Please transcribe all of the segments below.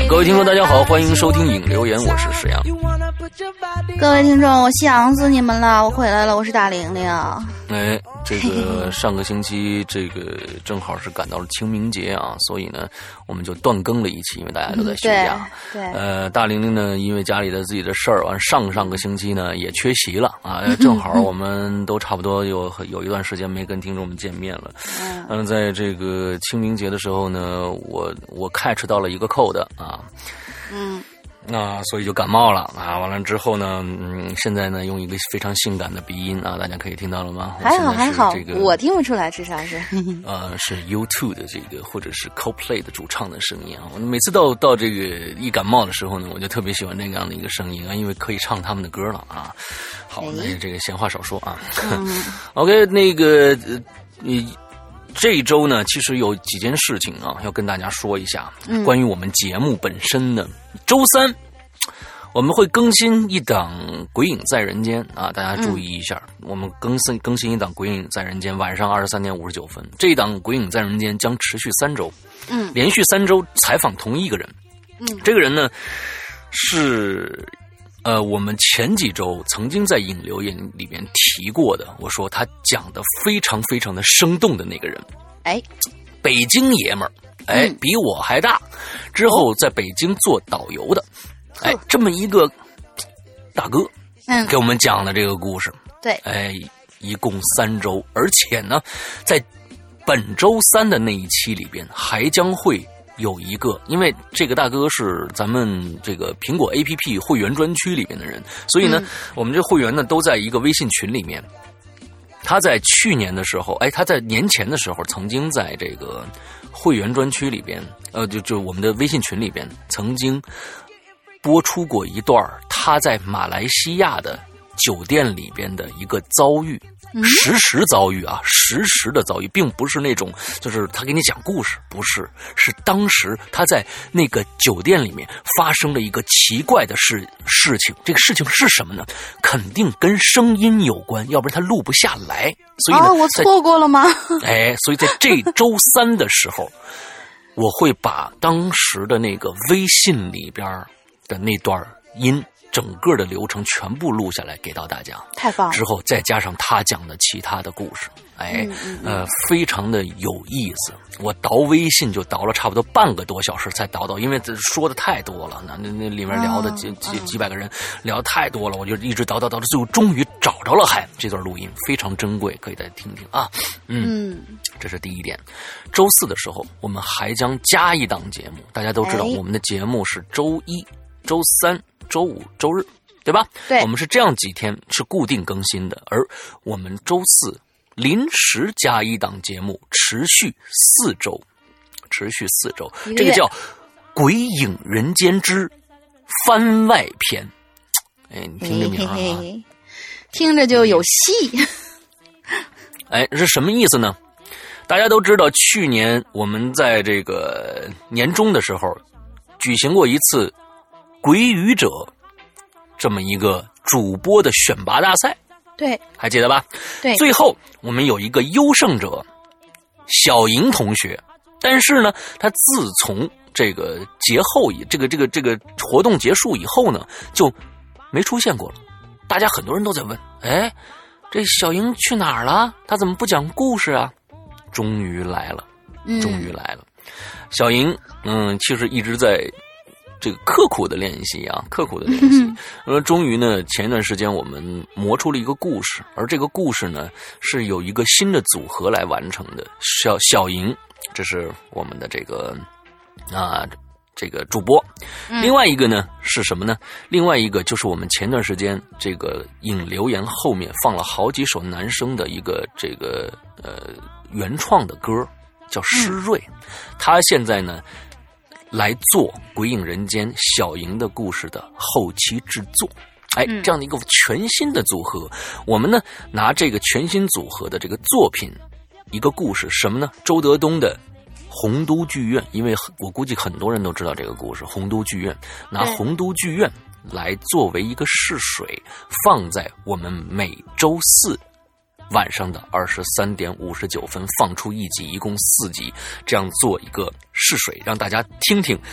各位听众大家好，欢迎收听影留言，我是石阳。 各位听众，我想死你们了，我回来了，我是大玲玲。 哎，这个上个星期这个正好是赶到了清明节啊，所以呢我们就断更了一期，因为大家都在休假。 对， 大玲玲呢因为家里的自己的事儿，完上个星期呢也缺席了啊，正好我们都差不多有一段时间没跟听众们见面了。在这个清明节的时候呢，我 catch 到了一个code啊。所以就感冒了啊！完了之后呢，现在呢用一个非常性感的鼻音啊，大家可以听到了吗？ 还好， 这个我听不出来，至少是是 U2 的这个或者是 Coldplay 的主唱的声音啊。我每次到这个一感冒的时候呢，我就特别喜欢这样的一个声音啊，因为可以唱他们的歌了啊。好，那这个闲话少说啊。OK， 那个这一周呢，其实有几件事情啊，要跟大家说一下。关于我们节目本身呢，周三我们会更新一档《鬼影在人间》啊，大家注意一下，我们更新一档《鬼影在人间》，晚上23点59分。这一档《鬼影在人间》将持续3周，连续3周采访同一个人。这个人呢是我们前几周曾经在影留言里面提过的，我说他讲的非常非常的生动的那个人，北京爷们儿，比我还大，之后在北京做导游的，这么一个大哥，给我们讲了这个故事， 对， 一共3周，而且呢，在本周3的那一期里边还将会有一个，因为这个大哥是咱们这个苹果 APP 会员专区里面的人，所以呢，我们这会员呢都在一个微信群里面。他在去年的时候，他在年前的时候，曾经在这个会员专区里边，就我们的微信群里边，曾经播出过一段他在马来西亚的酒店里边的一个遭遇。实时遭遇啊，实时的遭遇，并不是那种就是他给你讲故事，不是，是当时他在那个酒店里面发生了一个奇怪的事情。这个事情是什么呢？肯定跟声音有关，要不然他录不下来。所以呢， 我错过了吗？ 所以在这周3的时候，我会把当时的那个微信里边的那段音。整个的流程全部录下来给到大家， 太棒了！之后再加上他讲的其他的故事，非常的有意思。我倒微信就倒了差不多半个多小时才倒到，因为说的太多了，那里面聊的几百个人聊的太多了，我就一直倒到最后终于找着了，这段录音非常珍贵，可以再听听啊。这是第一点。周4的时候，我们还将加一档节目，大家都知道我们的节目是周1、周3。周5、周日，对吧？ 对， 我们是这样几天是固定更新的，而我们周4临时加一档节目，持续4周，这个叫《鬼影人间之番外篇》。你听这名啊， 听着就有戏。 是什么意思呢？大家都知道，去年我们在这个年终的时候举行过一次鬼语者这么一个主播的选拔大赛， 对， 还记得吧？ 对， 最后我们有一个优胜者小莹同学，但是呢，他自从这个节后这个活动结束以后呢，就没出现过了。大家很多人都在问，这小莹去哪儿了？他怎么不讲故事啊？终于来了，小莹，其实一直在这个刻苦的练习。终于呢，前一段时间我们磨出了一个故事，而这个故事呢是有一个新的组合来完成的。小莹，这是我们的这个主播。另外一个呢是什么呢？另外一个就是我们前段时间这个影留言后面放了好几首男生的一个原创的歌，叫施瑞。他现在呢来做《鬼影人间》小莹的故事的后期制作。这样的一个全新的组合，我们呢拿这个全新组合的这个作品，一个故事什么呢？周德东的洪都剧院，因为我估计很多人都知道这个故事。洪都剧院拿洪都剧院来作为一个试水，放在我们每周4晚上的23点59分放出一集，一共4集，这样做一个试水，让大家听听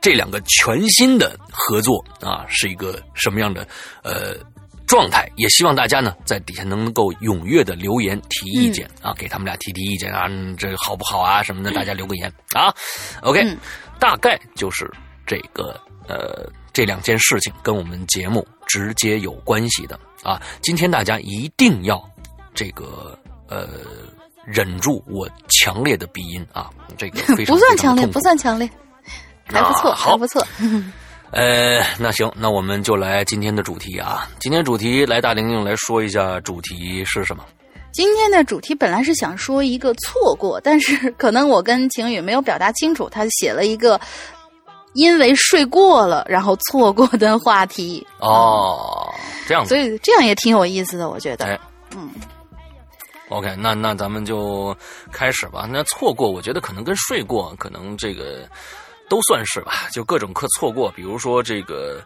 这两个全新的合作啊是一个什么样的状态，也希望大家呢在底下能够踊跃的留言提意见啊，给他们俩提意见啊，这好不好啊什么的，大家留个言啊。OK，大概就是这个这两件事情跟我们节目直接有关系的啊。今天大家一定要这个忍住我强烈的鼻音啊，这个非常不算强烈，不算强烈，还不错，还不错。 那行，那我们就来今天的主题啊。今天主题来大玲玲来说一下主题是什么？ 今天的主题本来是想说一个错过，但是可能我跟晴雨没有表达清楚，他写了一个因为睡过了然后错过的话题。 哦，这样子， 所以这样也挺有意思的，我觉得。 OK， 那咱们就开始吧。那错过，我觉得可能跟睡过，可能这个都算是吧，就各种课错过。比如说这个，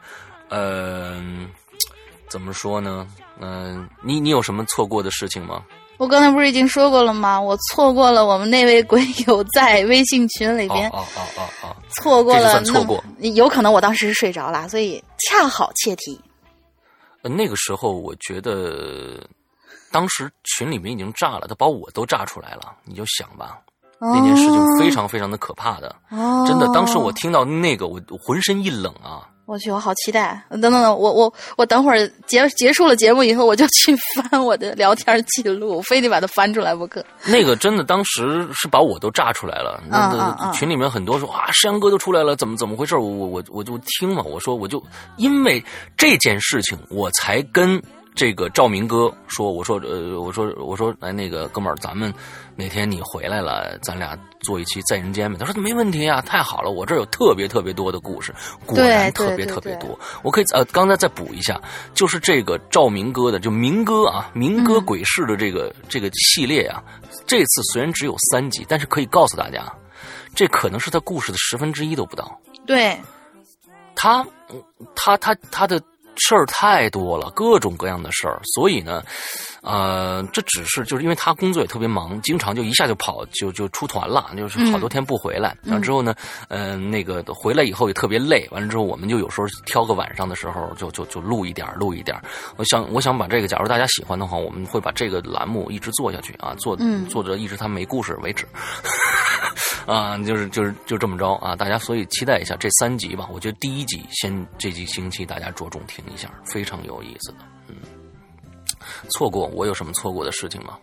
怎么说呢？你有什么错过的事情吗？ 我刚才不是已经说过了吗？我错过了我们那位鬼友在微信群里边，错过了， 这就算错过。 有可能我当时是睡着了，所以恰好切题。 那个时候我觉得。当时群里面已经炸了，他把我都炸出来了，你就想吧，那件事情非常非常的可怕的，真的。当时我听到那个，我浑身一冷啊！ 我去，我好期待！等等，我等会儿结束了节目以后，我就去翻我的聊天记录，非得把它翻出来不可。 那个真的，当时是把我都炸出来了。那群里面很多说啊，石阳哥都出来了，怎么回事？我就听嘛，我说我就因为这件事情，我才跟。这个赵明哥说，我说，哎，那个哥们儿，咱们哪天你回来了，咱俩做一期在人间呗。他说没问题啊，太好了，我这儿有特别特别多的故事，果然特别特别多。我可以刚才再补一下，就是这个赵明哥的，就明哥啊，明哥鬼市的这个系列啊，这次虽然只有3集，但是可以告诉大家，这可能是他故事的1/10都不到。 对， 他的。事儿太多了，各种各样的事儿，所以呢，这只是就是因为他工作也特别忙，经常就一下就跑就出团了，就是好多天不回来。然后之后呢，那个回来以后也特别累，完了之后我们就有时候挑个晚上的时候就录一点。我想把这个，假如大家喜欢的话，我们会把这个栏目一直做下去啊，做着一直他没故事为止。啊，就这么着啊！大家所以期待一下这3集吧。我觉得第1集这几星期大家着重听一下，非常有意思的。错过我有什么错过的事情吗？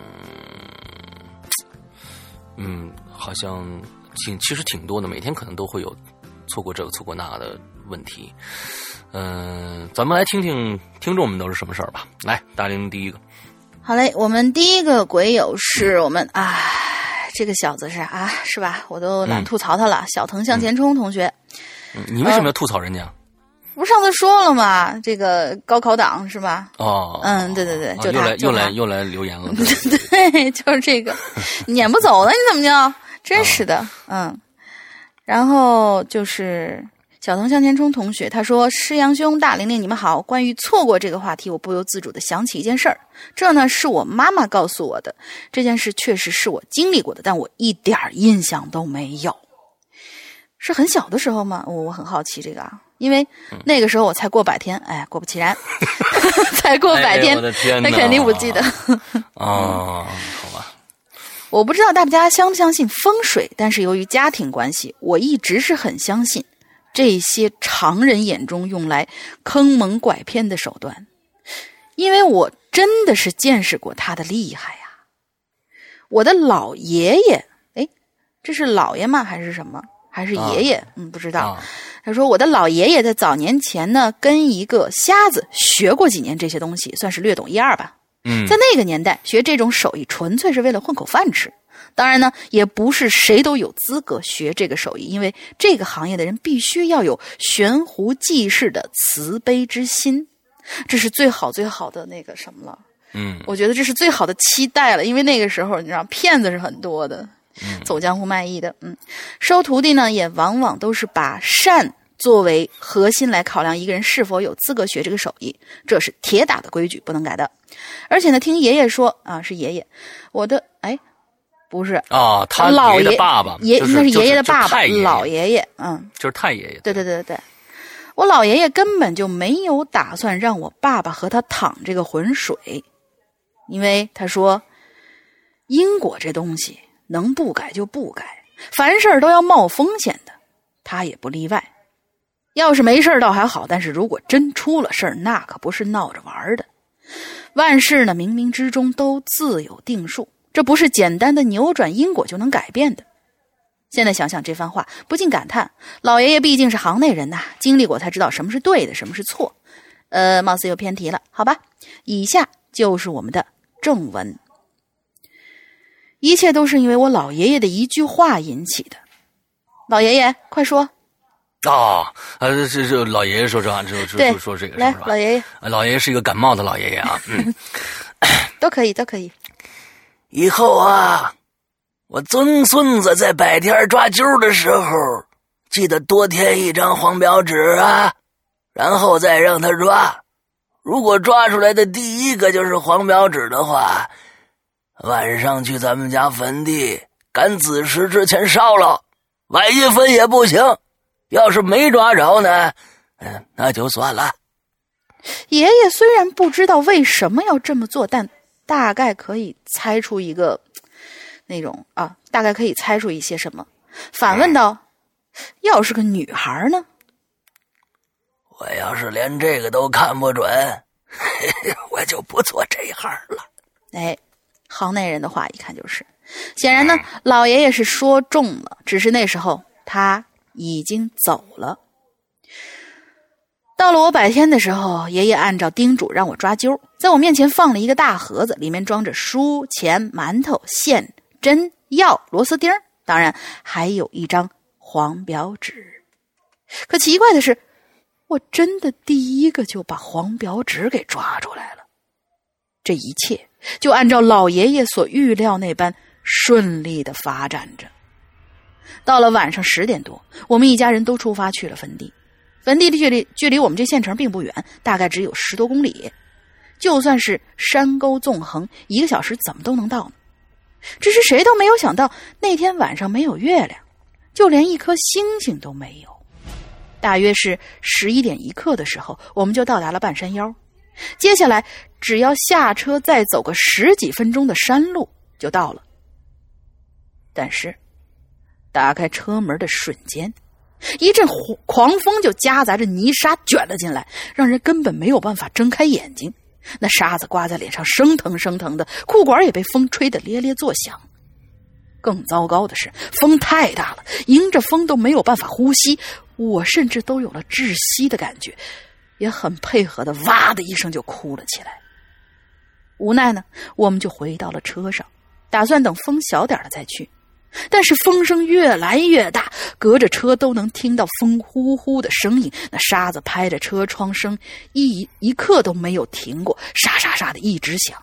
好像其实挺多的，每天可能都会有错过这个错过那的问题。咱们来听听听众们都是什么事儿吧。来，大玲第一个。 好嘞，我们第一个鬼友是我们这个小子是吧？我都懒吐槽他了。小藤向前冲同学， 你为什么要吐槽人家？ 不是上次说了吗？这个高考党是吧？ 哦， 对，就又来留言了。 对，就是这个，撵不走了，你怎么就？真是的，然后就是小藤向前冲同学，他说：“师阳兄、大玲玲，你们好。关于错过这个话题，我不由自主的想起一件事儿。这呢是我妈妈告诉我的，这件事确实是我经历过的，但我一点印象都没有。是很小的时候吗？我很好奇这个啊。”因为那个时候我才过100天，果不其然，才过100天， 我的天哪， 他肯定不记得。 好吧。 我不知道大家相不相信风水，但是由于家庭关系，我一直是很相信这些常人眼中用来坑蒙拐骗的手段，因为我真的是见识过他的厉害呀。我的老爷爷，这是老爷吗？还是什么？还是爷爷？不知道。他说我的老爷爷在早年前呢，跟一个瞎子学过几年这些东西，算是略懂一二吧。在那个年代学这种手艺纯粹是为了混口饭吃。当然呢，也不是谁都有资格学这个手艺，因为这个行业的人必须要有悬壶济世的慈悲之心。这是最好的那个什么了。我觉得这是最好的期待了，因为那个时候你知道骗子是很多的。走江湖卖艺的，收徒弟呢，也往往都是把善作为核心来考量一个人是否有资格学这个手艺，这是铁打的规矩，不能改的。而且呢，听爷爷说是爷爷，我的不是啊，他爷爷的爸爸， 那是爷爷的爸爸， 就是老爷爷， 就是太爷爷。 对，我老爷爷根本就没有打算让我爸爸和他淌这个浑水，因为他说因果这东西能不改就不改，凡事都要冒风险的，他也不例外。要是没事倒还好，但是如果真出了事儿，那可不是闹着玩的。万事呢，冥冥之中都自有定数，这不是简单的扭转因果就能改变的。现在想想这番话，不禁感叹，老爷爷毕竟是行内人呐，经历过才知道什么是对的，什么是错。貌似又偏题了，好吧。以下就是我们的正文。一切都是因为我老爷爷的一句话引起的。老爷爷，快说。 这老爷爷说这话，说这个来， 是吧？ 老爷爷， 老爷爷是一个感冒的老爷爷啊， 都可以。 以后啊，我曾孙子在白天抓阄的时候，记得多填一张黄表纸啊，然后再让他抓。如果抓出来的第一个就是黄表纸的话，晚上去咱们家坟地赶子时之前烧了，晚一分也不行。要是没抓着呢，那就算了。 爷爷虽然不知道为什么要这么做，但大概可以猜出一个那种大概可以猜出一些什么。反问道：要是个女孩呢？ 我要是连这个都看不准，我就不做这行了。 行内人的话一看就是。显然呢，老爷爷是说中了，只是那时候他已经走了。到了我百天的时候，爷爷按照叮嘱让我抓阄，在我面前放了一个大盒子，里面装着书、钱、馒头、线、针、药、螺丝钉，当然还有一张黄表纸。可奇怪的是，我真的第一个就把黄表纸给抓出来了。这一切就按照老爷爷所预料那般顺利地发展着。到了晚上10点多，我们一家人都出发去了坟地。坟地的距离我们这县城并不远，大概只有10多公里。就算是山沟纵横，1个小时怎么都能到呢？只是谁都没有想到，那天晚上没有月亮，就连一颗星星都没有。大约是11点1刻的时候，我们就到达了半山腰。接下来只要下车再走个10几分钟的山路就到了。但是打开车门的瞬间，一阵狂风就夹杂着泥沙卷了进来，让人根本没有办法睁开眼睛。那沙子刮在脸上生疼生疼的，裤管也被风吹得咧咧作响。更糟糕的是，风太大了，迎着风都没有办法呼吸，我甚至都有了窒息的感觉，也很配合的哇的一声就哭了起来。无奈呢，我们就回到了车上，打算等风小点了再去。但是风声越来越大，隔着车都能听到风呼呼的声音，那沙子拍着车窗声一刻都没有停过，沙沙沙的一直响。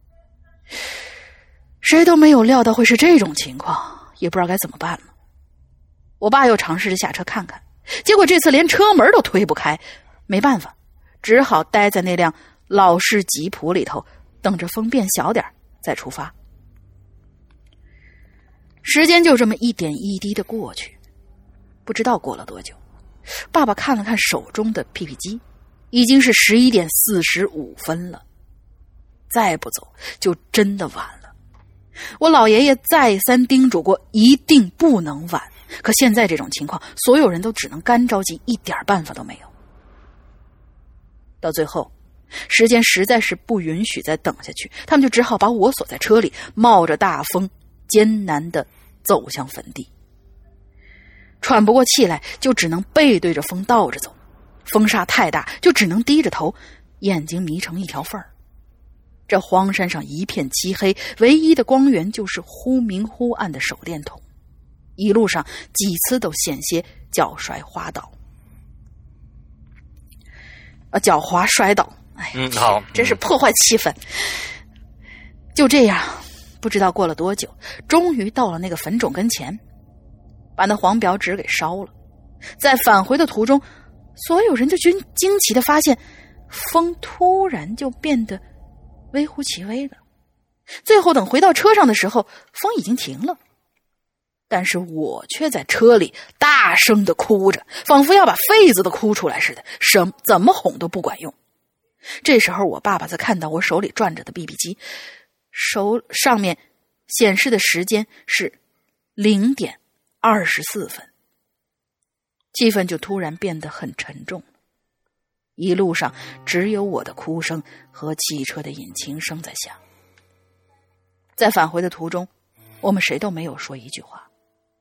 谁都没有料到会是这种情况，也不知道该怎么办了。我爸又尝试着下车看看，结果这次连车门都推不开，没办法，只好待在那辆老式吉普里头，等着风变小点再出发。时间就这么一点一滴的过去，不知道过了多久，爸爸看了看手中的 PP 机，已经是11点45分了。再不走就真的晚了。我老爷爷再三叮嘱过，一定不能晚。可现在这种情况，所有人都只能干着急，一点办法都没有。到最后，时间实在是不允许再等下去，他们就只好把我锁在车里，冒着大风艰难地走向坟地。喘不过气来，就只能背对着风倒着走，风沙太大，就只能低着头，眼睛迷成一条缝儿。这荒山上一片漆黑，唯一的光源就是忽明忽暗的手电筒。一路上几次都险些脚摔滑倒，脚滑摔倒。 好， 真是破坏气氛。就这样，不知道过了多久，终于到了那个坟冢跟前，把那黄表纸给烧了。在返回的途中，所有人就惊奇地发现，风突然就变得微乎其微了。 最后等回到车上的时候，风已经停了，但是我却在车里大声地哭着，仿佛要把肺子都哭出来似的，怎么哄都不管用。这时候我爸爸才看到我手里转着的 BB 机，手上面显示的时间是0点24分，气氛就突然变得很沉重。一路上只有我的哭声和汽车的引擎声在响。在返回的途中，我们谁都没有说一句话。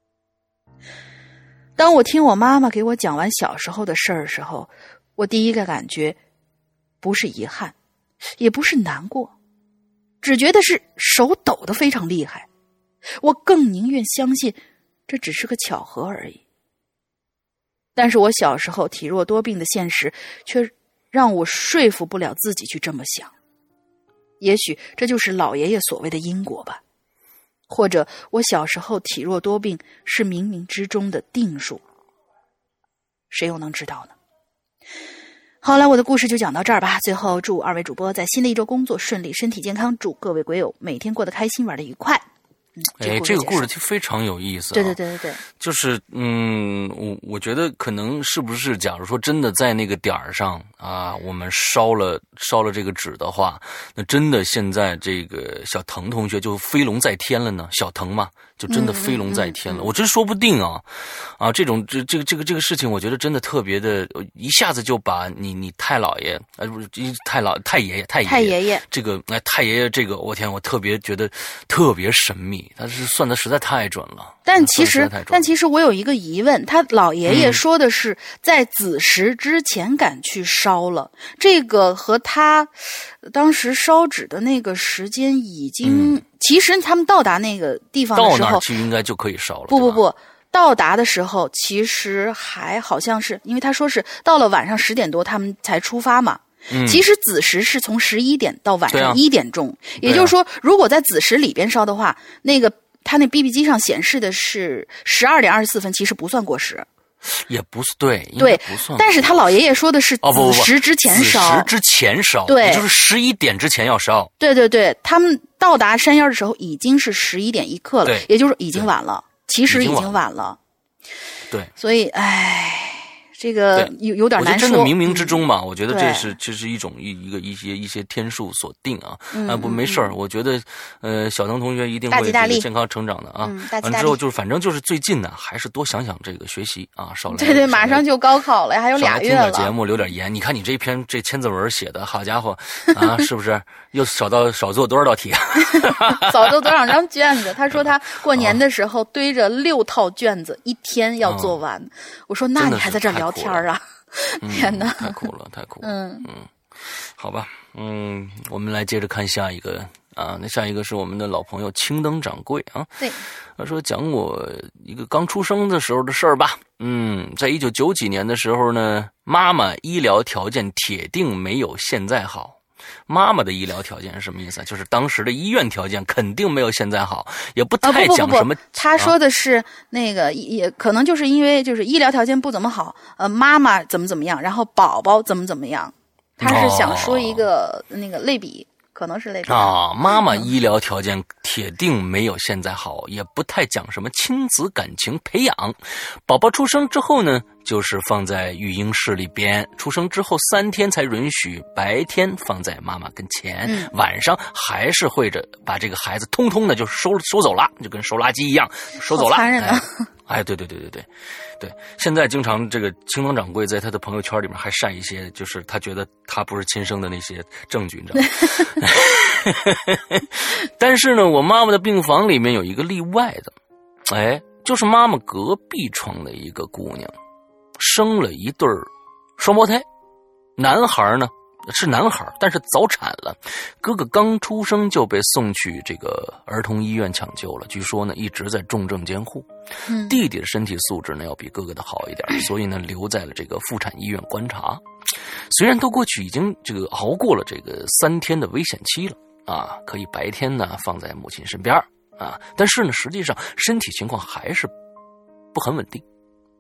当我听我妈妈给我讲完小时候的事儿的时候，我第一个感觉不是遗憾，也不是难过，只觉得是手抖得非常厉害。我更宁愿相信这只是个巧合而已。但是我小时候体弱多病的现实却让我说服不了自己去这么想。也许这就是老爷爷所谓的因果吧，或者我小时候体弱多病是冥冥之中的定数，谁又能知道呢？好了，我的故事就讲到这儿吧。最后祝二位主播在新的一周工作顺利，身体健康，祝各位鬼友每天过得开心，玩得愉快。 这个故事非常有意思、啊。 对， 就是我觉得可能是不是，假如说真的在那个点儿上啊，我们烧了这个纸的话，那真的现在这个小腾同学就飞龙在天了呢。小腾嘛，就真的飞龙在天了。我真说不定啊，这种这个事情，我觉得真的特别的，一下子就把你太姥爷太爷爷这个太爷爷这个，我天，我特别觉得特别神秘。他是算的实在太准了， 但其实我有一个疑问，他老爷爷说的是在子时之前赶去烧了，这个和他当时烧纸的那个时间已经，其实他们到达那个地方的时候， 到哪儿去应该就可以烧了。 不，到达的时候其实还好像是，因为他说是到了晚上10点多他们才出发嘛。其实子时是从11点到晚上1点钟，也就是说，如果在子时里边烧的话，那个他那 BB 机上显示的是12点24分，其实不算过时， 也不是对，不算。 但是他老爷爷说的是子时之前烧， 子时之前烧， 对， 也就是11点之前要烧。 对，他们到达山腰的时候已经是11点1刻了，也就是已经晚了，其实已经晚了。 对， 所以这个有点难说。 真的冥冥之中嘛，我觉得这是一种一些天数所定啊。不没事儿，我觉得小腾同学一定会健康成长的啊。完之后就是反正就是最近呢，还是多想想这个学习啊，少来。 对，马上就高考了，还有2月了。 听点节目，留点言。你看你这篇千字文写的，好家伙啊，是不是又少做多少道题？ 少做多少张卷子？他说他过年的时候堆着6套卷子，一天要做完。我说那你还在这聊天啊？天哪， 太苦了。好吧，我们来接着看下一个啊。那下一个是我们的老朋友青灯掌柜啊。 对， 他说讲我一个刚出生的时候的事儿吧。在1990几年的时候呢，妈妈医疗条件铁定没有现在好。妈妈的医疗条件是什么意思？就是当时的医院条件肯定没有现在好，也不太讲什么。 他说的是那个也可能就是因为就是医疗条件不怎么好，妈妈怎么样，然后宝宝怎么样，他是想说一个那个类比。可能是类比啊，妈妈医疗条件铁定没有现在好，也不太讲什么亲子感情培养。宝宝出生之后呢，就是放在育婴室里边，出生之后3天才允许白天放在妈妈跟前，晚上还是会着把这个孩子通通的就收走了，就跟收垃圾一样收走了。 残忍啊！ 对，现在经常这个青灯掌柜在他的朋友圈里面还晒一些，就是他觉得他不是亲生的那些证据，你知道吗？但是呢，我妈妈的病房里面有一个例外的，就是妈妈隔壁床的一个姑娘，生了一对双胞胎，男孩呢是男孩，但是早产了，哥哥刚出生就被送去这个儿童医院抢救了，据说呢一直在重症监护。弟弟的身体素质呢要比哥哥的好一点，所以呢留在了这个妇产医院观察。虽然都过去已经这个熬过了这个3天的危险期了啊，可以白天呢放在母亲身边啊，但是呢实际上身体情况还是不很稳定。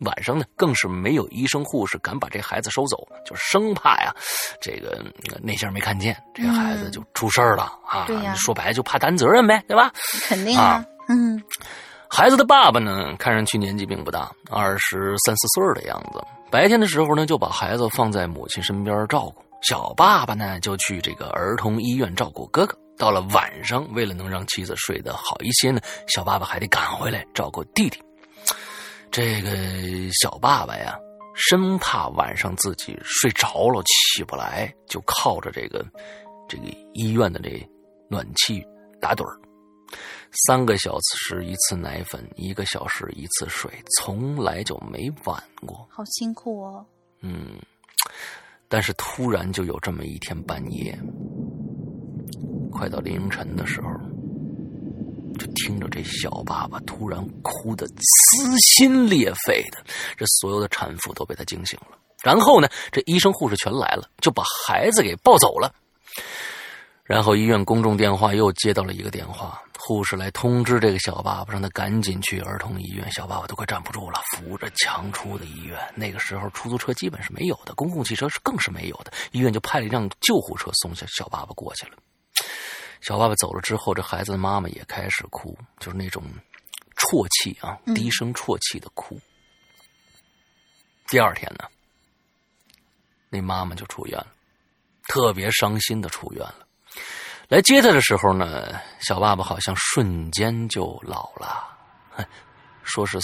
晚上呢，更是没有医生护士敢把这孩子收走，就生怕呀，这个那些人没看见，这个孩子就出事儿了啊。 对呀， 说白了就怕担责任呗，对吧？ 肯定啊。 孩子的爸爸呢，看上去年纪并不大，23、24岁的样子。白天的时候呢，就把孩子放在母亲身边照顾。小爸爸呢，就去这个儿童医院照顾哥哥。到了晚上，为了能让妻子睡得好一些呢，小爸爸还得赶回来照顾弟弟。这个小爸爸呀，生怕晚上自己睡着了起不来，就靠着这个医院的这暖气打盹儿。3个小时一次奶粉，1个小时一次水，从来就没晚过。 好辛苦哦。 但是突然就有这么一天半夜，快到凌晨的时候，就听着这小爸爸突然哭得撕心裂肺的，这所有的产妇都被他惊醒了。然后呢，这医生护士全来了，就把孩子给抱走了。然后医院公众电话又接到了一个电话，护士来通知这个小爸爸，让他赶紧去儿童医院。小爸爸都快站不住了，扶着墙出的医院。那个时候出租车基本是没有的，公共汽车是更是没有的，医院就派了一辆救护车送下小爸爸过去了。小爸爸走了之后，这孩子的妈妈也开始哭，就是那种啜泣啊，低声啜泣的哭。第二天呢，那妈妈就出院了，特别伤心的出院了。来接他的时候呢，小爸爸好像瞬间就老了，说是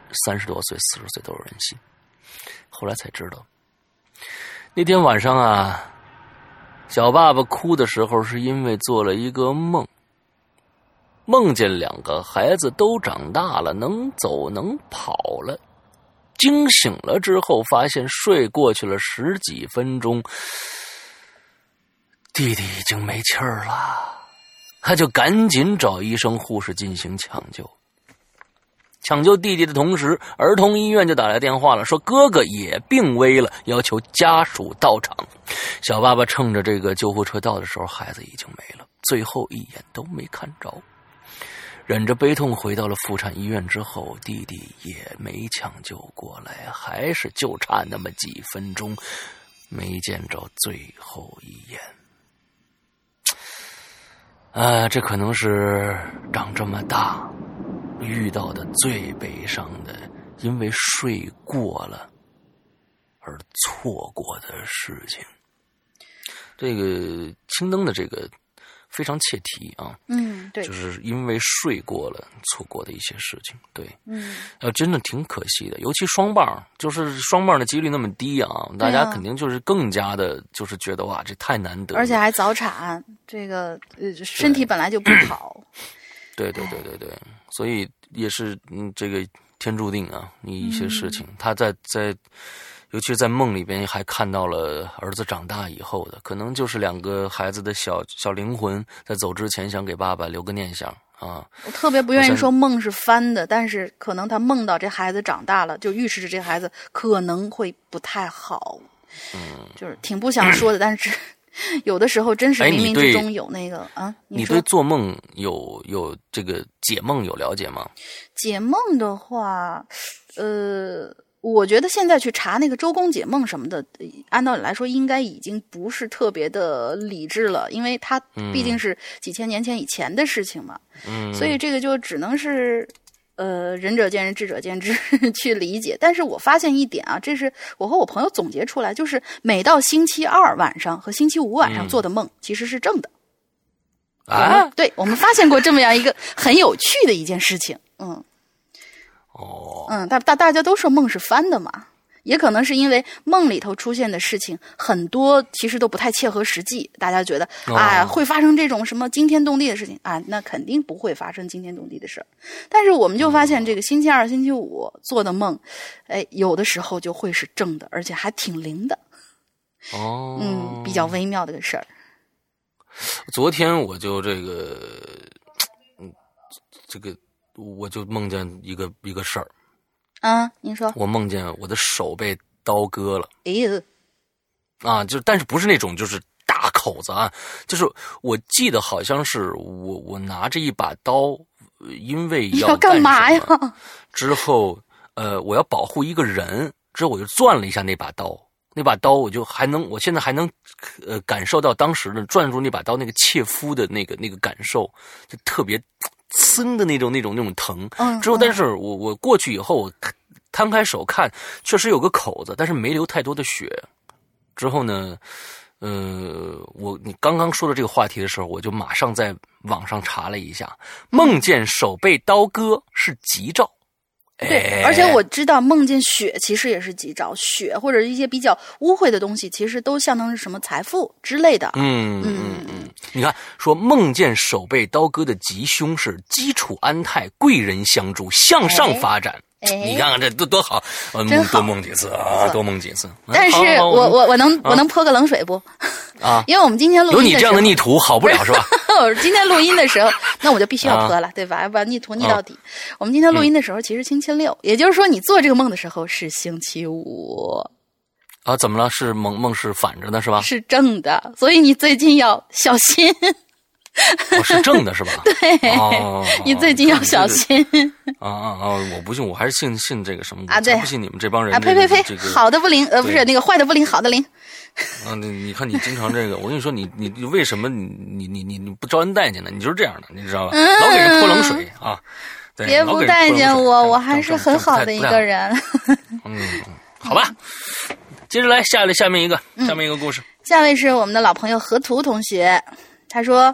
30多岁、40岁都有人信。后来才知道，那天晚上啊，小爸爸哭的时候是因为做了一个梦，梦见2个孩子都长大了，能走能跑了。惊醒了之后，发现睡过去了10几分钟，弟弟已经没气儿了，他就赶紧找医生护士进行抢救。抢救弟弟的同时，儿童医院就打来电话了，说哥哥也病危了，要求家属到场。小爸爸趁着这个救护车到的时候，孩子已经没了，最后一眼都没看着。忍着悲痛回到了妇产医院之后，弟弟也没抢救过来，还是就差那么几分钟，没见着最后一眼。这可能是长这么大遇到的最悲伤的，因为睡过了而错过的事情。这个青灯的这个非常切题啊， 对， 就是因为睡过了错过的一些事情，对，真的挺可惜的。尤其双棒，就是双棒的几率那么低啊，大家肯定就是更加的，就是觉得哇，这太难得了， 而且还早产，这个身体本来就不好。 对，所以也是这个天注定啊，你一些事情，他在。尤其是在梦里边还看到了儿子长大以后的，可能就是2个孩子的小灵魂在走之前想给爸爸留个念想啊。我特别不愿意说梦是翻的，但是可能他梦到这孩子长大了，就预示着这孩子可能会不太好。就是挺不想说的，但是有的时候真是冥冥之中有那个你对做梦有这个解梦有了解吗？ 解梦的话，我觉得现在去查那个周公解梦什么的，按道理来说应该已经不是特别的理智了，因为它毕竟是几千年前以前的事情嘛。所以这个就只能是仁者见仁，智者见智去理解。但是我发现一点啊，这是我和我朋友总结出来，就是每到星期2晚上和星期5晚上做的梦其实是正的。对，我们发现过这么样一个很有趣的一件事情。大家都说梦是翻的嘛，也可能是因为梦里头出现的事情很多其实都不太切合实际，大家觉得会发生这种什么惊天动地的事情那肯定不会发生惊天动地的事儿。但是我们就发现这个星期2、星期5做的梦，有的时候就会是正的，而且还挺灵的。比较微妙的个事儿。 昨天我就我就梦见一个事儿。 您说。我梦见我的手被刀割了。但是不是那种就是大口子啊，就是我记得好像是我拿着一把刀，因为要干嘛呀？ 之后我要保护一个人，之后我就攥了一下那把刀，那把刀我现在还能感受到当时的攥住那把刀那个切肤的那个感受，就特别呲的那种疼。之后但是我过去以后，我摊开手看，确实有个口子，但是没流太多的血。之后呢，你刚刚说的这个话题的时候，我就马上在网上查了一下，梦见手被刀割是吉兆。 对，而且我知道梦见血其实也是吉兆，血或者一些比较污秽的东西，其实都相当于什么财富之类的。 你看，说梦见手被刀割的吉凶是基础安泰、贵人相助、向上发展。你看看这多好，多梦几次啊，多梦几次。 但是我能泼个冷水不？ 啊， 因为我们今天录音的时候， 有你这样的逆徒好不了是吧？ 我今天录音的时候，那我就必须要泼了，对吧？要把逆徒逆到底。我们今天录音的时候，其实星期六，也就是说你做这个梦的时候是星期五。 啊，怎么了？是梦是反着的是吧？ 是正的，所以你最近要小心。 是正的是吧？ 对，你最近要小心。 我不信，我还是信这个什么啊？对， 不信你们这帮人。 呸！好的不灵，不是那个坏的不灵，好的灵。 你看你经常这个，我跟你说，你为什么你不招人待见呢？你就是这样的，你知道吧？老给人泼冷水啊！对， 别不待见我还是很好的一个人。 好吧，接着来下面一个故事。 下位是我们的老朋友河图同学，他说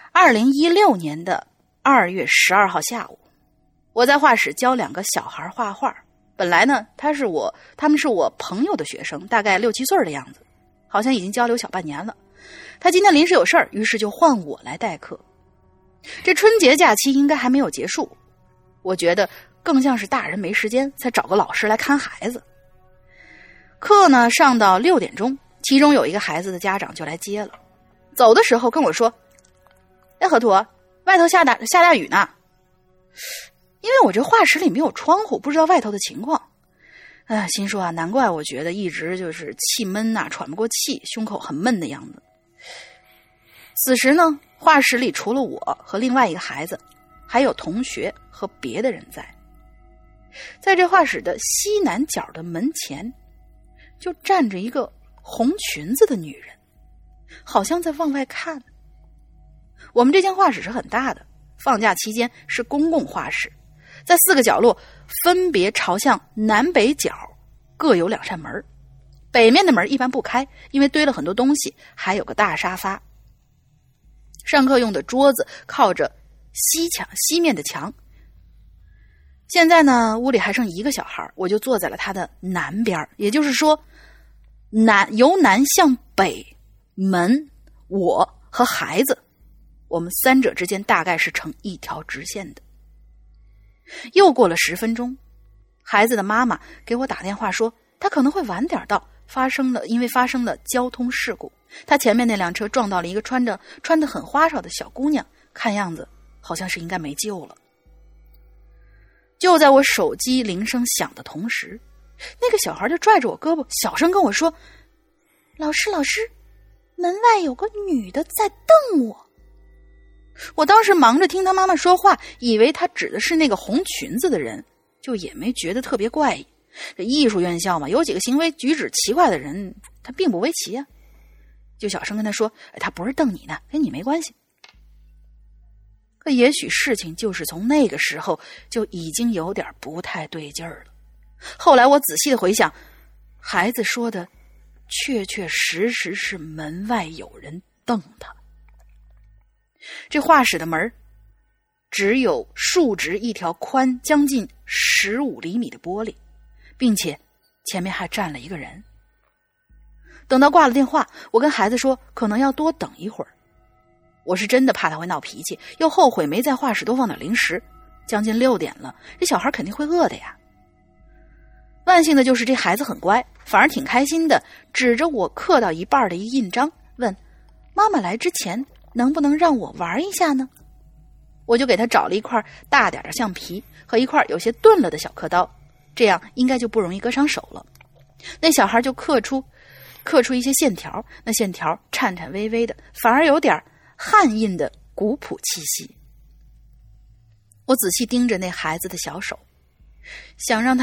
，2016年的2月12号下午，我在画室教2个小孩画画。本来呢，他们是我朋友的学生，大概6、7岁的样子，好像已经交流小半年了。他今天临时有事儿，于是就换我来代课。这春节假期应该还没有结束，我觉得更像是大人没时间，才找个老师来看孩子。课呢上到6点钟，其中有一个孩子的家长就来接了。走的时候跟我说：“哎，河图，外头下大雨呢。”因为我这画室里没有窗户，不知道外头的情况。心说啊，难怪我觉得一直就是气闷呐，喘不过气，胸口很闷的样子。此时呢，画室里除了我和另外一个孩子，还有同学和别的人在。在这画室的西南角的门前，就站着一个红裙子的女人，好像在往外看。我们这间画室是很大的，放假期间是公共画室，在4个角落分别朝向南北角各有2扇门。北面的门一般不开，因为堆了很多东西，还有个大沙发。上课用的桌子靠着西面的墙。现在呢，屋里还剩1个小孩，我就坐在了他的南边，也就是说由南向北门，我和孩子，我们3者之间大概是成一条直线的。又过了10分钟，孩子的妈妈给我打电话说，他可能会晚点到，因为发生了交通事故，他前面那辆车撞到了一个穿得很花哨的小姑娘，看样子好像是应该没救了。就在我手机铃声响的同时，那个小孩就拽着我胳膊，小声跟我说：“老师，门外有个女的在瞪我。”我当时忙着听他妈妈说话，以为他指的是那个红裙子的人，就也没觉得特别怪异。这艺术院校嘛，有几个行为举止奇怪的人，他并不为奇啊。就小声跟他说：“他不是瞪你呢，跟你没关系。”可也许事情就是从那个时候就已经有点不太对劲儿了。后来我仔细的回想，孩子说的确实是门外有人瞪他。这画室的门只有竖直一条宽将近15厘米的玻璃，并且前面还站了一个人。等到挂了电话，我跟孩子说可能要多等一会儿。我是真的怕他会闹脾气，又后悔没在画室多放点零食，将近6点了，这小孩肯定会饿的呀。万幸的就是这孩子很乖，反而挺开心的，指着我刻到一半的一印章问：“妈妈来之前能不能让我玩一下呢？”我就给他找了一块大点的橡皮和一块有些钝了的小刻刀，这样应该就不容易割伤手了。那小孩就刻出一些线条，那线条颤颤巍巍的，反而有点汉印的古朴气息。我仔细盯着那孩子的小手，想让他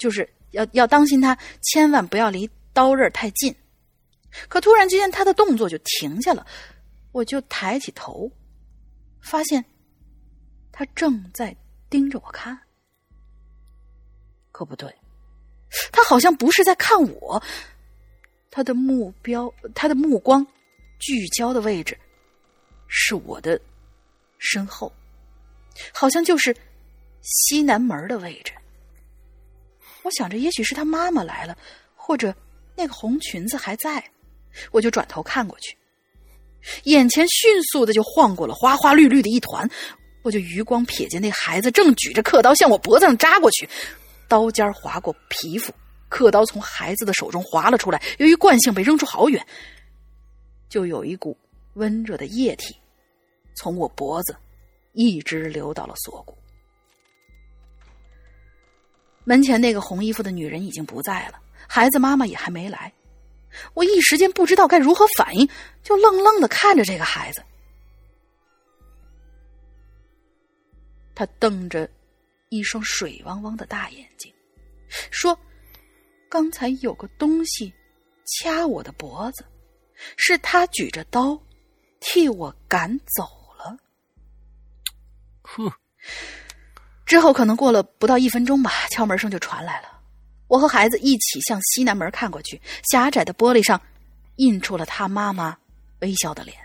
就是要当心他，千万不要离刀刃太近。可突然之间他的动作就停下了，我就抬起头，发现他正在盯着我看。可不对，他好像不是在看我，他的目光聚焦的位置是我的身后，好像就是西南门的位置。我想着也许是他妈妈来了，或者那个红裙子还在，我就转头看过去，眼前迅速的就晃过了花花绿绿的一团，我就余光瞥见那孩子正举着刻刀向我脖子上扎过去，刀尖划过皮肤，刻刀从孩子的手中滑了出来，由于惯性被扔出好远，就有一股温热的液体从我脖子一直流到了锁骨。门前那个红衣服的女人已经不在了，孩子妈妈也还没来，我一时间不知道该如何反应，就愣愣地看着这个孩子。他瞪着一双水汪汪的大眼睛，说刚才有个东西掐我的脖子，是他举着刀替我赶走了。之后可能过了不到1分钟吧，敲门声就传来了。我和孩子一起向西南门看过去，狭窄的玻璃上印出了他妈妈微笑的脸。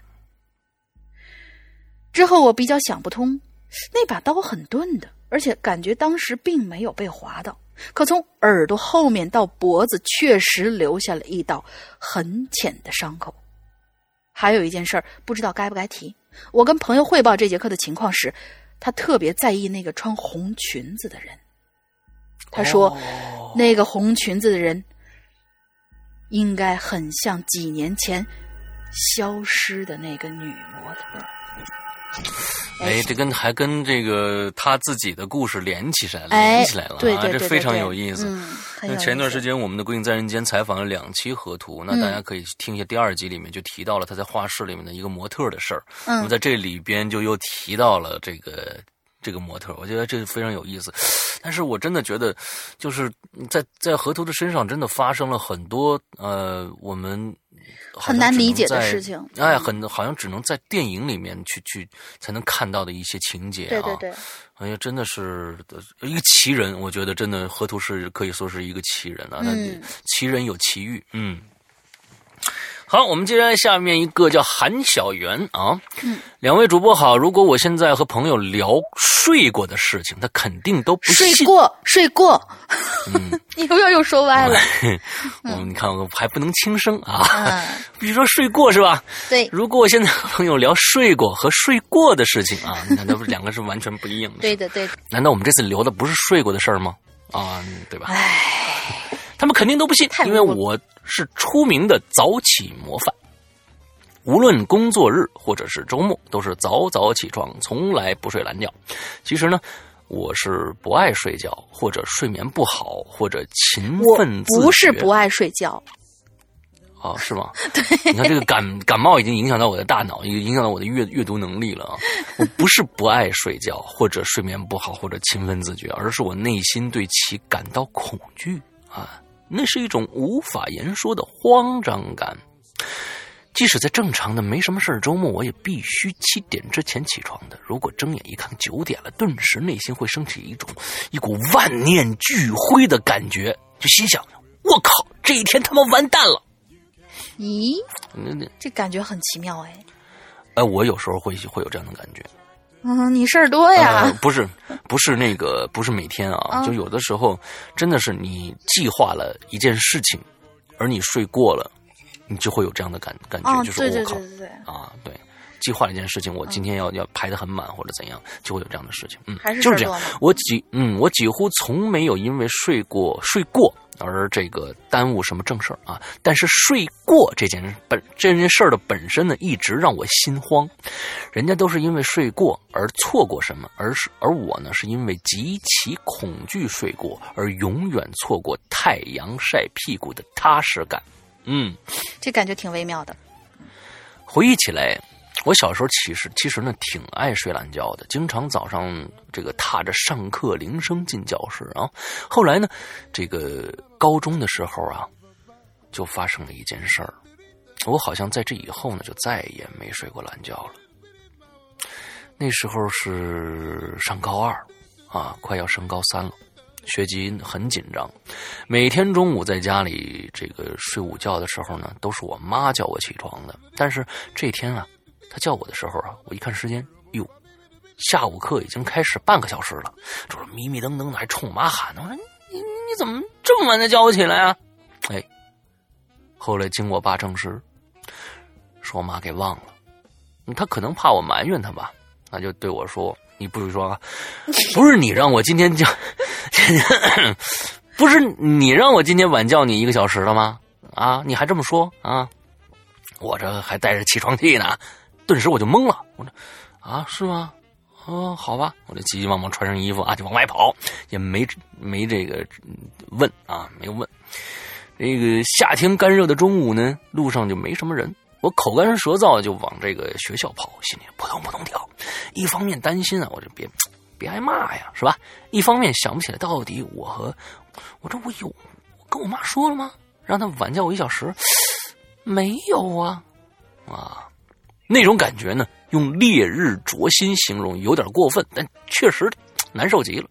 之后我比较想不通，那把刀很钝的，而且感觉当时并没有被划到，可从耳朵后面到脖子确实留下了一道很浅的伤口。还有一件事儿，不知道该不该提，我跟朋友汇报这节课的情况时，他特别在意那个穿红裙子的人。他说，那个红裙子的人应该很像几年前消失的那个女模特。 这还跟这个他自己的故事连起来了， 对， 这非常有意思。 那前一段时间我们的《鬼影在人间》采访了2期河图，那大家可以听一下第2集，里面就提到了他在画室里面的一个模特的事儿。那么在这里边就又提到了这个模特，我觉得这非常有意思。但是我真的觉得，就是在河图的身上真的发生了很多我们很难理解的事情， 好像只能在电影里面去才能看到的一些情节啊。 对， 哎呀，真的是一个奇人，我觉得真的河图是可以说是一个奇人啊。奇人有奇遇，好，我们接下来下面一个叫韩小媛啊。2位主播好，如果我现在和朋友聊睡过的事情，他肯定都不信。 睡过。你又说歪了。 你看我还不能轻声啊。比如说睡过是吧？ 对。 如果我现在和朋友聊睡过和睡过的事情啊，你看这不是2个是完全不一样的。 对的。 难道我们这次聊的不是睡过的事儿吗？对吧？他们肯定都不信，因为我是出名的早起模范，无论工作日或者是周末，都是早早起床，从来不睡懒觉。其实呢，我是不爱睡觉，或者睡眠不好，或者勤奋自觉。 我不是不爱睡觉。 是吗？ 对， 你看这个感冒已经影响到我的大脑，已经影响到我的阅读能力了啊！我不是不爱睡觉，或者睡眠不好，或者勤奋自觉，而是我内心对其感到恐惧啊！那是一种无法言说的慌张感。即使在正常的没什么事周末，我也必须7点之前起床的。如果睁眼一看9点了，顿时内心会升起一股万念俱灰的感觉，就心想：我靠，这一天他妈完蛋了！ 咦，这感觉很奇妙我有时候会有这样的感觉。 你事儿多呀？ 不是不是每天啊，就有的时候真的是你计划了一件事情，而你睡过了，你就会有这样的感觉，就是我靠对，计划了一件事情，我今天要排得很满或者怎样，就会有这样的事情。就是这样。我几乎从没有因为睡过而这个耽误什么正事儿啊。但是睡过这件事儿的本身呢，一直让我心慌。人家都是因为睡过而错过什么，而我呢，是因为极其恐惧睡过而永远错过太阳晒屁股的踏实感。 这感觉挺微妙的。 回忆起来， 我小时候其实呢挺爱睡懒觉的，经常早上这个踏着上课铃声进教室啊。后来呢，这个高中的时候啊，就发生了一件事儿，我好像在这以后呢就再也没睡过懒觉了。那时候是上高2啊，快要升高3了。学习很紧张，每天中午在家里这个睡午觉的时候呢，都是我妈叫我起床的。但是这天啊，她叫我的时候啊，我一看时间，哟，下午课已经开始半个小时了，就是迷迷瞪瞪的，还冲我妈喊呢。我说你怎么这么晚才叫我起来啊？哎，后来经我爸证实，说我妈给忘了，她可能怕我埋怨她吧，那就对我说。你不许说啊！不是你让我今天叫，不是你让我今天晚叫你1个小时了吗？啊，你还这么说啊？我这还带着起床气呢，顿时我就懵了。我说啊，是吗？哦，好吧，我就急急忙忙穿上衣服啊，就往外跑，也没这个问啊，没有问。这个夏天干热的中午呢，路上就没什么人。我口干舌燥就往这个学校跑，心里扑通扑通跳。一方面担心啊，我这别挨骂呀，是吧？一方面想不起来到底我跟我妈说了吗？让她晚叫我1小时，没有啊。那种感觉呢，用烈日灼心形容有点过分，但确实难受极了。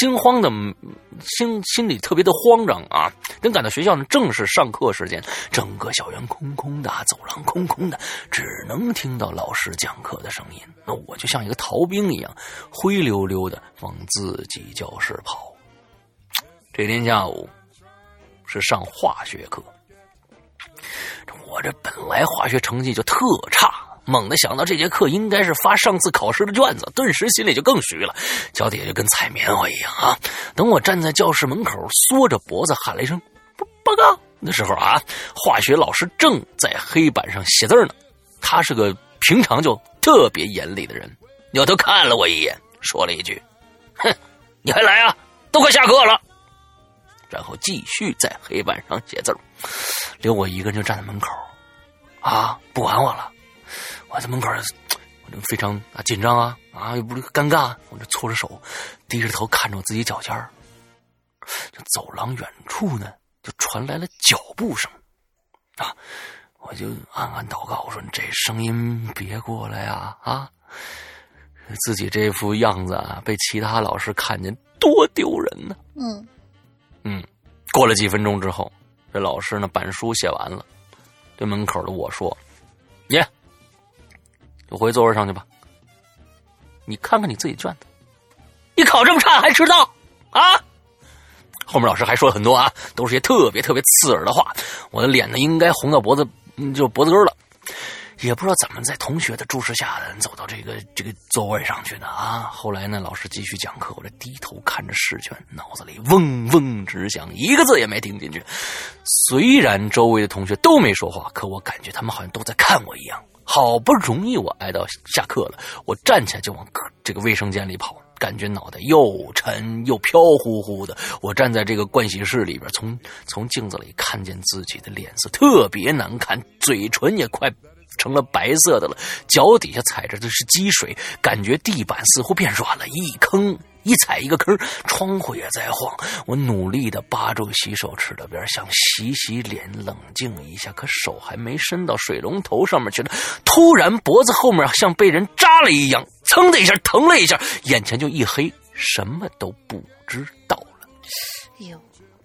心里特别的慌张啊！等赶到学校呢，正是上课时间，整个校园空空的，走廊空空的，只能听到老师讲课的声音。那我就像一个逃兵一样，灰溜溜的往自己教室跑。这天下午是上化学课，我这本来化学成绩就特差。猛地想到这节课应该是发上次考试的卷子，顿时心里就更虚了，脚底下就跟踩棉花一样啊！等我站在教室门口，缩着脖子喊了一声“报告”的时候啊，化学老师正在黑板上写字呢。他是个平常就特别严厉的人，扭头看了我一眼，说了一句：“哼，你还来啊？都快下课了。”然后继续在黑板上写字，留我一个人就站在门口，啊，不管我了。我在门口，我就非常紧张啊，又不是尴尬，我就搓着手，低着头看着我自己脚尖儿。这走廊远处呢，就传来了脚步声，啊，我就暗暗祷告，我说这声音别过来啊！自己这副样子啊，被其他老师看见多丢人呢。过了几分钟之后，这老师呢板书写完了，对门口的我说：“耶。”就回座位上去吧。你看看你自己卷子，你考这么差还迟到啊？后面老师还说了很多啊，都是些特别特别刺耳的话。我的脸呢应该红到脖子根了，也不知道怎么在同学的注视下走到这个座位上去的啊。后来呢，老师继续讲课，我这低头看着试卷，脑子里嗡嗡直响，一个字也没听进去。虽然周围的同学都没说话，可我感觉他们好像都在看我一样。好不容易我挨到下课了，我站起来就往这个卫生间里跑，感觉脑袋又沉又飘乎乎的。我站在这个盥洗室里边，从镜子里看见自己的脸色特别难看，嘴唇也快成了白色的了，脚底下踩着的是积水，感觉地板似乎变软了，一踩一个坑，窗户也在晃。我努力地扒住洗手池的边，想洗脸冷静一下，可手还没伸到水龙头上面去了，突然脖子后面像被人扎了一样，噌的一下疼了一下，眼前就一黑，什么都不知道了。 哟，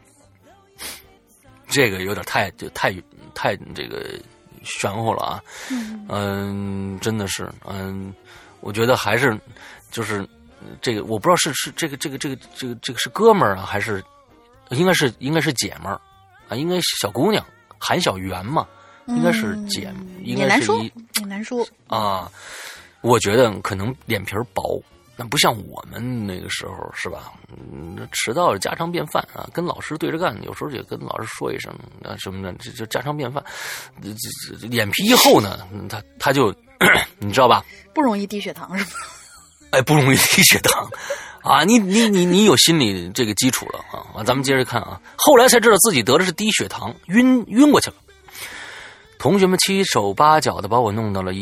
这个有点太这个玄乎了啊。真的是，我觉得还是就是这个，我不知道是这个是哥们儿啊，还是应该是姐们儿啊，应该小姑娘韩小媛嘛，应该是姐，应该是也难说啊。我觉得可能脸皮薄，那不像我们那个时候是吧？迟到是家常便饭啊，跟老师对着干，有时候也跟老师说一声啊什么的，这家常便饭。脸皮一厚呢，他就你知道吧？ 不容易低血糖是吧？ 哎，不容易低血糖啊！你有心理这个基础了啊！咱们接着看啊，后来才知道自己得的是低血糖，晕过去了。同学们七手八脚的把我弄到了医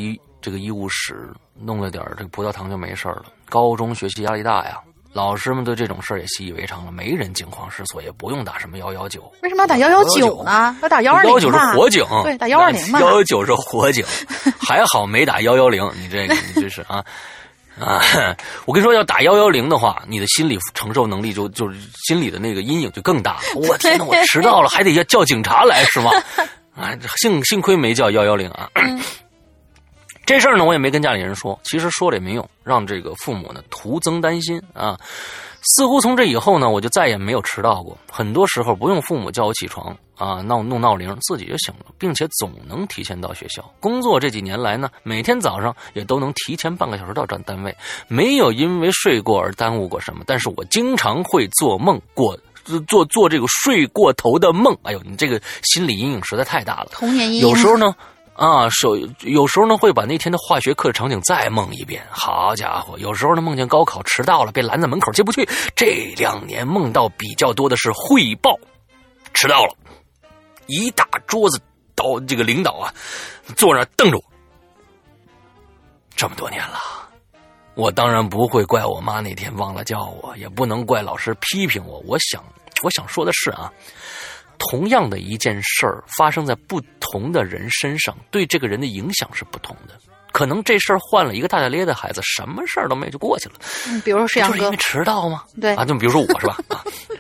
这个医务室弄了点这个葡萄糖就没事了。高中学习压力大呀，老师们对这种事儿也习以为常了，没人惊慌失措，也不用打什么119。 为什么要打119呢？要打120 嘛？119是火警， 对，打120嘛。 119是火警，还好没打110。你这是啊。我跟你说，要打110的话，你的心理承受能力就是心理的那个阴影就更大。我天哪，我迟到了，还得要叫警察来是吗？幸亏没叫110啊。这事儿呢，我也没跟家里人说，其实说了也没用，让这个父母呢徒增担心啊。似乎从这以后呢，我就再也没有迟到过。很多时候不用父母叫我起床啊，弄闹铃，自己就醒了，并且总能提前到学校。工作这几年来呢，每天早上也都能提前半个小时到单位，没有因为睡过而耽误过什么。但是我经常会做梦做这个睡过头的梦。哎呦，你这个心理阴影实在太大了。 童年阴影。 有时候呢。有时候呢会把那天的化学课场景再梦一遍。好家伙，有时候呢梦见高考迟到了，被拦在门口进不去。这2年梦到比较多的是汇报迟到了，一大桌子这个领导啊坐那瞪着我。这么多年了，我当然不会怪我妈那天忘了叫我，也不能怪老师批评我。我想说的是啊，同样的一件事儿发生在不同的人身上，对这个人的影响是不同的。可能这事儿换了一个大大咧的孩子，什么事儿都没有就过去了。 比如说沈阳哥， 就是因为迟到吗？ 对啊，就比如说我是吧？啊，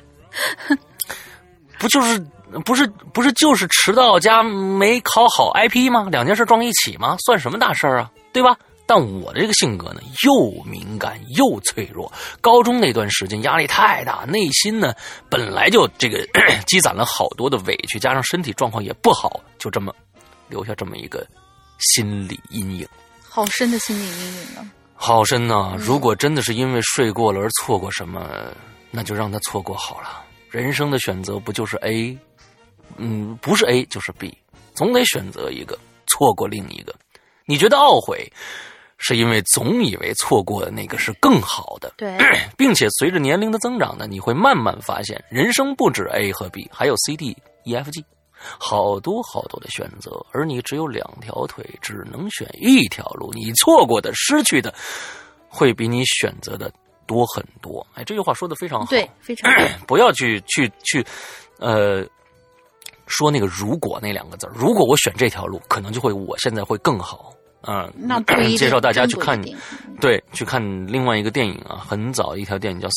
不是就是迟到加没考好 IP 吗？2件事撞一起吗？算什么大事儿啊？对吧？但我这个性格呢，又敏感又脆弱。高中那段时间压力太大，内心呢本来就这个积攒了好多的委屈，加上身体状况也不好，就这么留下这么一个心理阴影。 好深的心理阴影啊！ 好深啊！如果真的是因为睡过了而错过什么，那就让他错过好了。人生的选择不就是 A？ 不是 A 就是 B， 总得选择一个，错过另一个。你觉得懊悔，是因为总以为错过的那个是更好的。 对， 并且随着年龄的增长呢，你会慢慢发现，人生不止 A 和 B， 还有 C、D、E、F、G， 好多好多的选择，而你只有2条腿，只能选一条路。你错过的、失去的，会比你选择的多很多。哎，这句话说得非常好， 对，非常好。 不要去说那个如果那2个字，如果我选这条路，可能就会我现在会更好。 那不一定。 介绍大家去看，对，去看另外一个电影啊，很早一条电影叫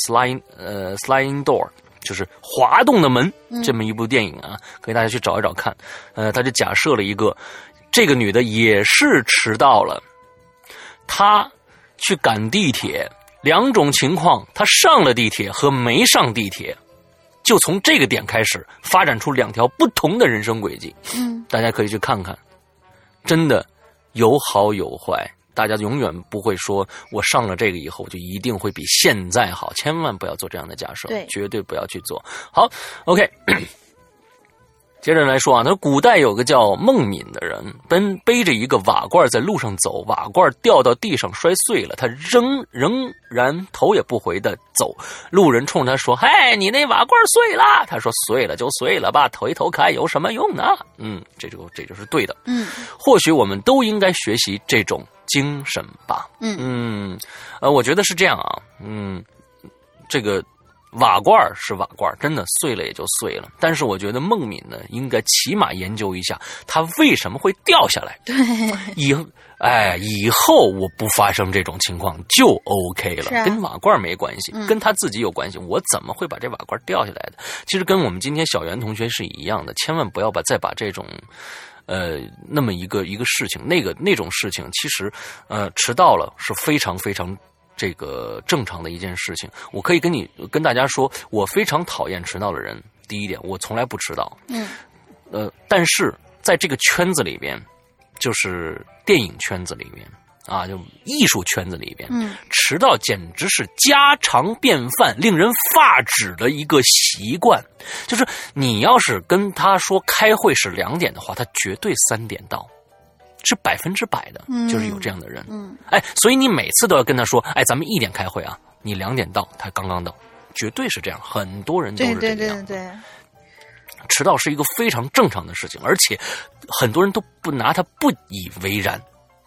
Sliding Door， 就是滑动的门，这么一部电影啊，可以大家去找一找看。他就假设了一个，这个女的也是迟到了，她去赶地铁，2种情况，她上了地铁和没上地铁。就从这个点开始发展出2条不同的人生轨迹。大家可以去看看，真的有好有坏。大家永远不会说我上了这个以后就一定会比现在好，千万不要做这样的假设，绝对不要去做。好 ，OK。接着来说啊，他说古代有个叫孟敏的人，背着一个瓦罐在路上走，瓦罐掉到地上摔碎了，他仍然头也不回的走。路人冲他说：“嗨，你那瓦罐碎了。”他说：“碎了就碎了吧，回头看有什么用呢？”这就是对的。或许我们都应该学习这种精神吧。我觉得是这样啊。这个。瓦罐是瓦罐，真的碎了也就碎了。但是我觉得孟敏呢，应该起码研究一下它为什么会掉下来。 对， 以后我不发生这种情况就 OK 了，跟瓦罐没关系，跟他自己有关系。我怎么会把这瓦罐掉下来的？其实跟我们今天小袁同学是一样的，千万不要再把这种。那么一个事情，那种事情，其实迟到了是非常非常。这个正常的一件事情，我可以跟大家说，我非常讨厌迟到的人。第一点，我从来不迟到。但是在这个圈子里边，就是电影圈子里边啊，就艺术圈子里边，迟到简直是家常便饭，令人发指的一个习惯。就是你要是跟他说开会是2点的话，他绝对3点到。是100%的，就是有这样的人。所以你每次都要跟他说，咱们1点开会啊，你2点到，他刚刚到，绝对是这样。很多人都是这样。对。迟到是一个非常正常的事情，而且很多人都不拿它不以为然。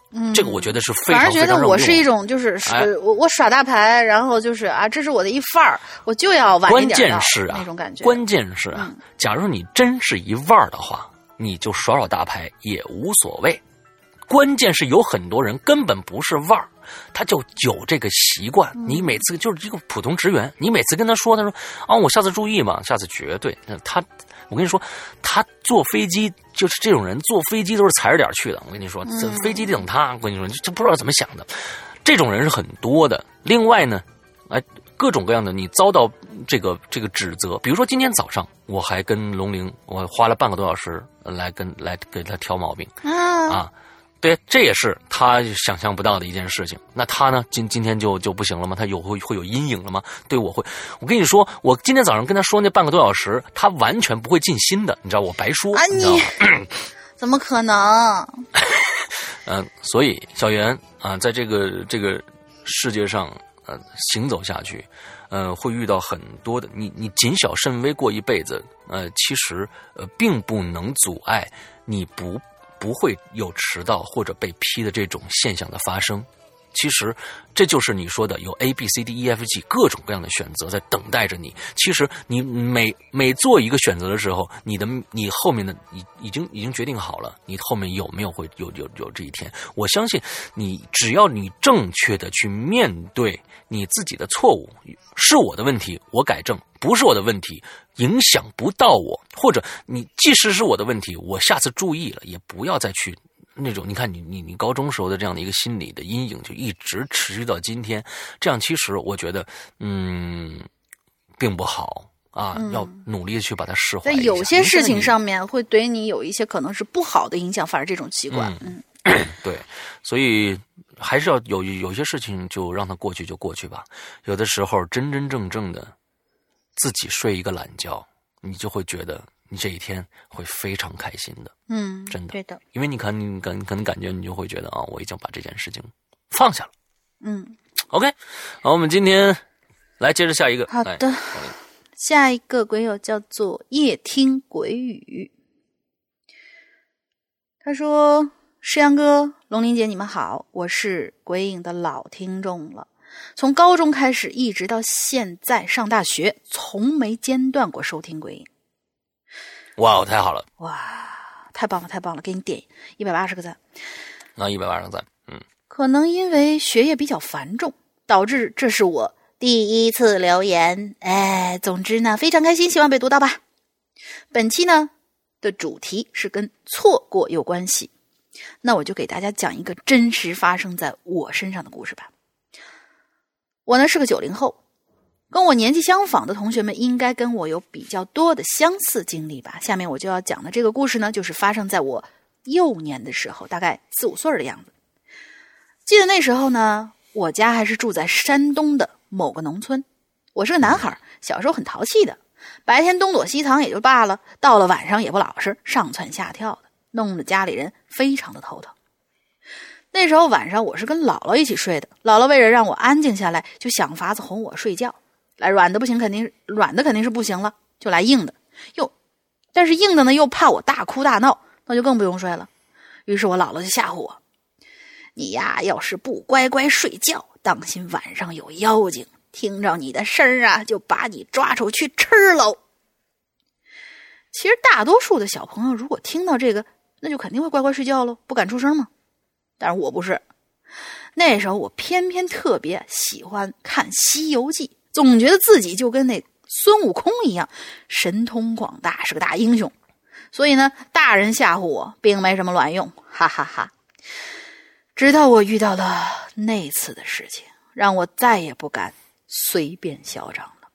这个我觉得是非常反而觉得我是一种种就是我耍大牌，然后就是啊，这是我的一范儿，我就要晚一点到。 关键是啊， 那种感觉。 关键是啊，假如你真是一腕儿的话，你就耍大牌也无所谓。关键是有很多人根本不是腕儿，他就有这个习惯。你每次就是一个普通职员，你每次跟他说啊，我下次注意嘛，下次绝对。我跟你说，他坐飞机就是这种人，坐飞机都是踩着点去的。我跟你说，这飞机得等他。我跟你说，这不知道怎么想的，这种人是很多的。另外呢，各种各样的你遭到这个指责，比如说今天早上我还跟龙玲，我花了半个多小时来给他挑毛病啊。对，这也是他想象不到的一件事情。那他呢，今天就不行了吗？他会有阴影了吗？对，我跟你说，我今天早上跟他说那半个多小时，他完全不会尽心的，你知道我白说，你知道吗？ 怎么可能？ 所以小袁啊，在这个世界上行走下去，会遇到很多的你谨小慎微过一辈子，其实并不能阻碍你不会有迟到或者被批的这种现象的发生。其实这就是你说的有 A B C D E F G 各种各样的选择在等待着你。其实你每做一个选择的时候，你后面的你已经决定好了，你后面有没有会有这一天。我相信你只要你正确的去面对你自己的错误，是我的问题我改正，不是我的问题影响不到我，或者你即使是我的问题，我下次注意了也不要再去那种，你看你高中时候的这样的一个心理的阴影就一直持续到今天，这样其实我觉得并不好啊，要努力的去把它释怀一下。 在有些事情上面会对你有一些可能是不好的影响，反而这种习惯， 对，所以还是要有些事情就让它过去就过去吧。有的时候真正的自己睡一个懒觉，你就会觉得你这一天会非常开心的，真的， 对的， 因为你可能感觉你就会觉得啊，我已经把这件事情放下了，OK， 好，我们今天来接着下一个， 好的，下一个鬼友叫做夜听鬼语，他说：“诗阳哥、龙玲姐，你们好，我是鬼影的老听众了。从高中开始，一直到现在上大学，从没间断过收听鬼影。” 哇，太好了！ 哇，太棒了，太棒了！给你点180个赞。 那180个赞， 可能因为学业比较繁重，导致这是我第一次留言。总之呢，非常开心，希望被读到吧。本期呢的主题是跟错过有关系，那我就给大家讲一个真实发生在我身上的故事吧。我呢是个90后。跟我年纪相仿的同学们应该跟我有比较多的相似经历吧。下面我就要讲的这个故事呢，就是发生在我幼年的时候，大概4、5岁的样子。记得那时候呢，我家还是住在山东的某个农村。我是个男孩，小时候很淘气的，白天东躲西藏也就罢了，到了晚上也不老实，上蹿下跳的，弄得家里人非常的头疼。那时候晚上我是跟姥姥一起睡的，姥姥为了让我安静下来，就想法子哄我睡觉。来软的不行，软的肯定是不行了，就来硬的。但是硬的呢又怕我大哭大闹，那就更不用睡了。于是我姥姥就吓唬我：“你呀，要是不乖乖睡觉，当心晚上有妖精，听着你的声啊，就把你抓出去吃喽。”其实大多数的小朋友如果听到这个，那就肯定会乖乖睡觉喽，不敢出声嘛。但是我不是，那时候我偏偏特别喜欢看《西游记》。总觉得自己就跟那孙悟空一样，神通广大，是个大英雄。所以呢，大人吓唬我并没什么卵用，哈哈哈。直到我遇到了那次的事情，让我再也不敢随便嚣张了。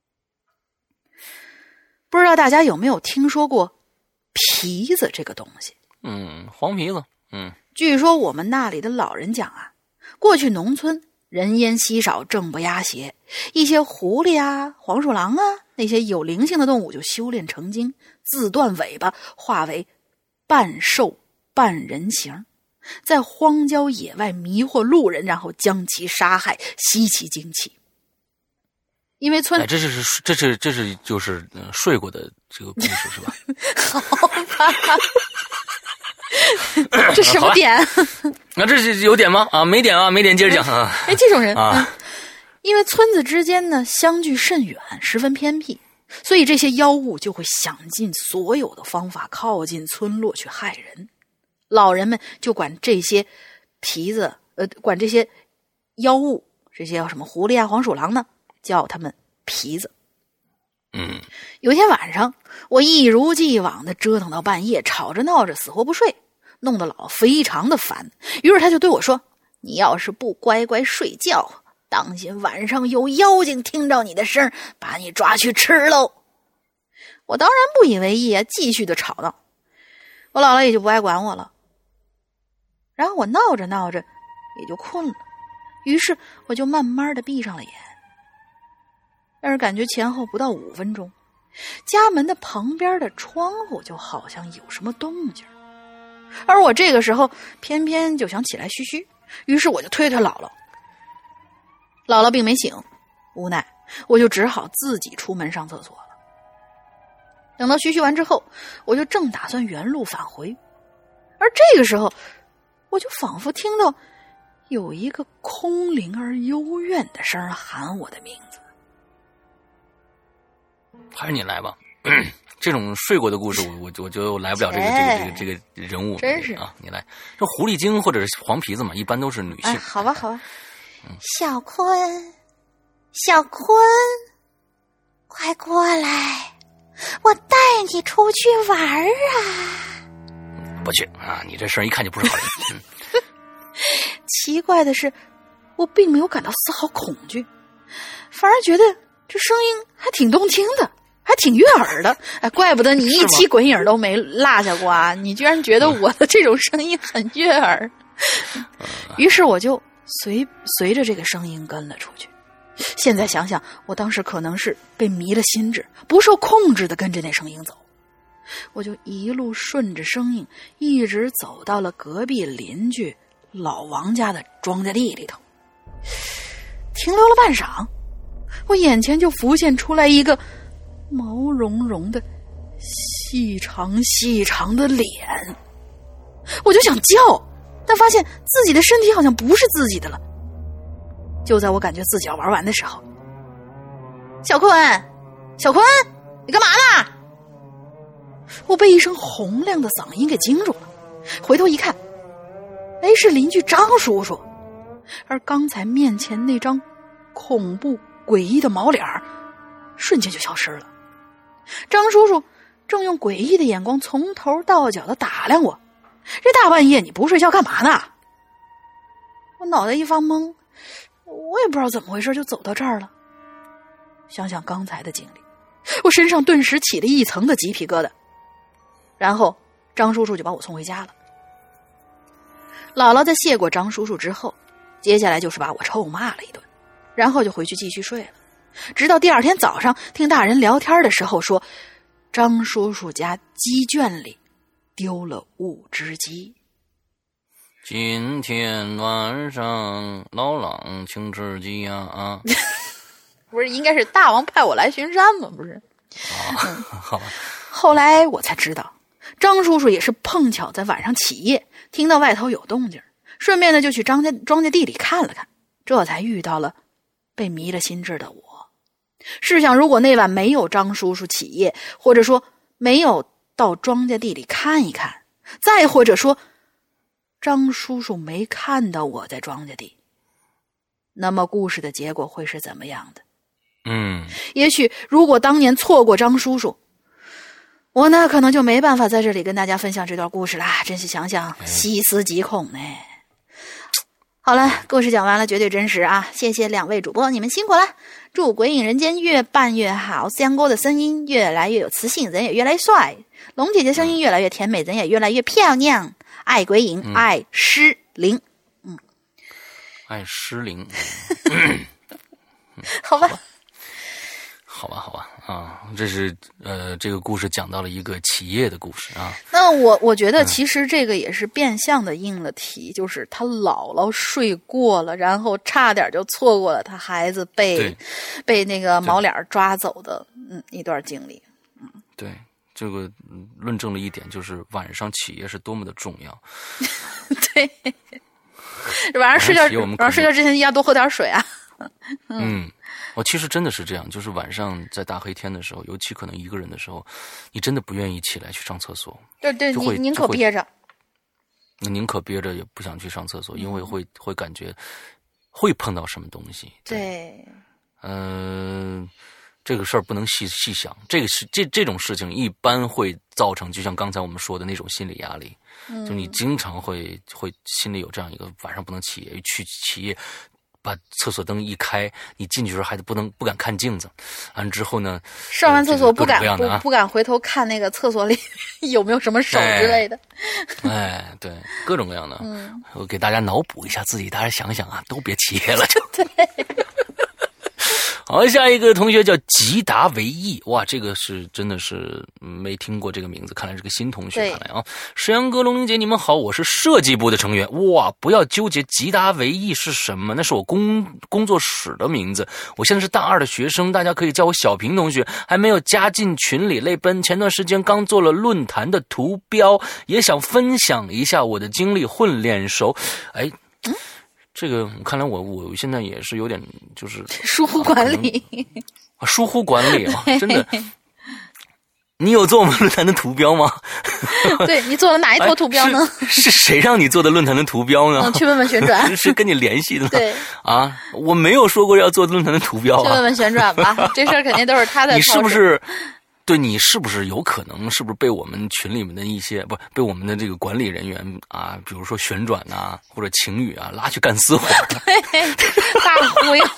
不知道大家有没有听说过皮子这个东西？ 黄皮子。 据说我们那里的老人讲啊，过去农村人烟稀少，正不压邪，一些狐狸啊、黄鼠狼啊，那些有灵性的动物就修炼成精，自断尾巴，化为半兽半人形，在荒郊野外迷惑路人，然后将其杀害，吸其精气。因为村， 这是就是睡过的这个故事是吧？ 好吧。这什么点？ 那这是有点吗？啊，没点啊，没点，接着讲啊。 哎，这种人啊， 因为村子之间呢相距甚远，十分偏僻，所以这些妖物就会想尽所有的方法靠近村落去害人。老人们就管这些管这些妖物，这些什么狐狸啊、黄鼠狼呢，叫他们皮子。有天晚上，我一如既往的折腾到半夜，吵着闹着，死活不睡，弄得姥姥非常的烦。于是他就对我说：“你要是不乖乖睡觉，当心晚上有妖精听着你的声，把你抓去吃喽。”我当然不以为意啊，继续的吵闹。我姥姥也就不爱管我了。然后我闹着闹着也就困了，于是我就慢慢的闭上了眼。但是感觉前后不到5分钟，家门的旁边的窗户就好像有什么动静，而我这个时候偏偏就想起来嘘嘘，于是我就推姥姥。姥姥并没醒，无奈我就只好自己出门上厕所了。等到嘘嘘完之后，我就正打算原路返回，而这个时候我就仿佛听到有一个空灵而幽怨的声喊我的名字。 还是你来吧。这种睡过的故事，我就来不了这个人物， 真是啊！你来，这狐狸精或者是黄皮子嘛，一般都是女性。 好吧，好吧。小坤，小坤，快过来，我带你出去玩啊！ 不去啊！你这声一看就不是好人。 奇怪的是，我并没有感到丝毫恐惧，反而觉得这声音还挺动听的，还挺悦耳的。哎，怪不得你一期鬼影都没落下过啊！你居然觉得我的这种声音很悦耳。于是我就随着这个声音跟了出去。现在想想，我当时可能是被迷了心智，不受控制的跟着那声音走。我就一路顺着声音，一直走到了隔壁邻居老王家的庄稼地里头。停留了半晌，我眼前就浮现出来一个毛茸茸的细长细长的脸。我就想叫，但发现自己的身体好像不是自己的了。就在我感觉自己要玩完的时候，小坤，小坤，你干嘛呢？我被一声洪亮的嗓音给惊住了，回头一看，哎，是邻居张叔叔。而刚才面前那张恐怖诡异的毛脸瞬间就消失了。张叔叔正用诡异的眼光从头到脚的打量我，这大半夜你不睡觉干嘛呢？我脑袋一发懵，我也不知道怎么回事就走到这儿了。想想刚才的经历，我身上顿时起了一层的鸡皮疙瘩。然后张叔叔就把我送回家了。姥姥在谢过张叔叔之后，接下来就是把我臭骂了一顿，然后就回去继续睡了。直到第二天早上，听大人聊天的时候说，张叔叔家鸡圈里丢了5只鸡。 今天晚上老狼请吃鸡呀啊！ 不是应该是大王派我来巡山吗？不是。 好吧。 后来我才知道，张叔叔也是碰巧在晚上起夜，听到外头有动静，顺便呢就去庄稼地里看了看，这才遇到了被迷了心智的我。试想，如果那晚没有张叔叔起夜，或者说没有到庄稼地里看一看，再或者说张叔叔没看到我在庄稼地，那么故事的结果会是怎么样的？也许如果当年错过张叔叔，我呢可能就没办法在这里跟大家分享这段故事啦。真是想想细思极恐呢。好了，故事讲完了，绝对真实啊！谢谢2位主播，你们辛苦了。祝鬼影人间越办越好，香哥的声音越来越有磁性，人也越来越帅，龙姐姐声音越来越甜美，人也越来越漂亮。爱鬼影，爱诗玲。 爱诗玲。 好吧。 好吧啊，这是这个故事讲到了一个起夜的故事啊。 那我觉得其实这个也是变相的应了题，就是他姥姥睡过了，然后差点就错过了他孩子被那个毛脸抓走的一段经历。 对，这个论证了一点，就是晚上起夜是多么的重要。 对。 晚上睡觉之前要多喝点水啊。 其实真的是这样，就是晚上在大黑天的时候，尤其可能一个人的时候，你真的不愿意起来去上厕所。 对，你宁可憋着。 你宁可憋着也不想去上厕所，因为会感觉会碰到什么东西。 对， 这个事儿不能细想，这种事情一般会造成，就像刚才我们说的那种心理压力，就你经常会心里有这样一个晚上不能起夜。把厕所灯一开，你进去的时候还不敢看镜子，完之后呢， 上完厕所不敢回头看那个厕所里有没有什么手之类的。 对，各种各样的。我给大家脑补一下自己，大家想想啊，都别起夜了。 对。 好，下一个同学叫吉达维义，哇，这个是真的是没听过这个名字，看来是个新同学。看来啊，石阳哥、龙玲姐，你们好，我是设计部的成员。哇，不要纠结吉达维义是什么，那是我工作室的名字。我现在是大2的学生，大家可以叫我小平同学，还没有加进群里。泪奔，前段时间刚做了论坛的图标，也想分享一下我的经历，混脸熟。这个看来我现在也是有点就是疏忽管理， 疏忽管理啊，真的。你有做我们论坛的图标吗？ 对，你做了哪一头图标呢？ 是谁让你做的论坛的图标呢？ 去问问旋转， 是跟你联系的吗？ 对啊，我没有说过要做论坛的图标啊。 去问问旋转吧，这事儿肯定都是他的。 你是不是？对，你是不是有可能是不是被我们群里面的一些被我们的这个管理人员啊，比如说旋转啊或者晴雨啊拉去干私活？ 对，大忽悠。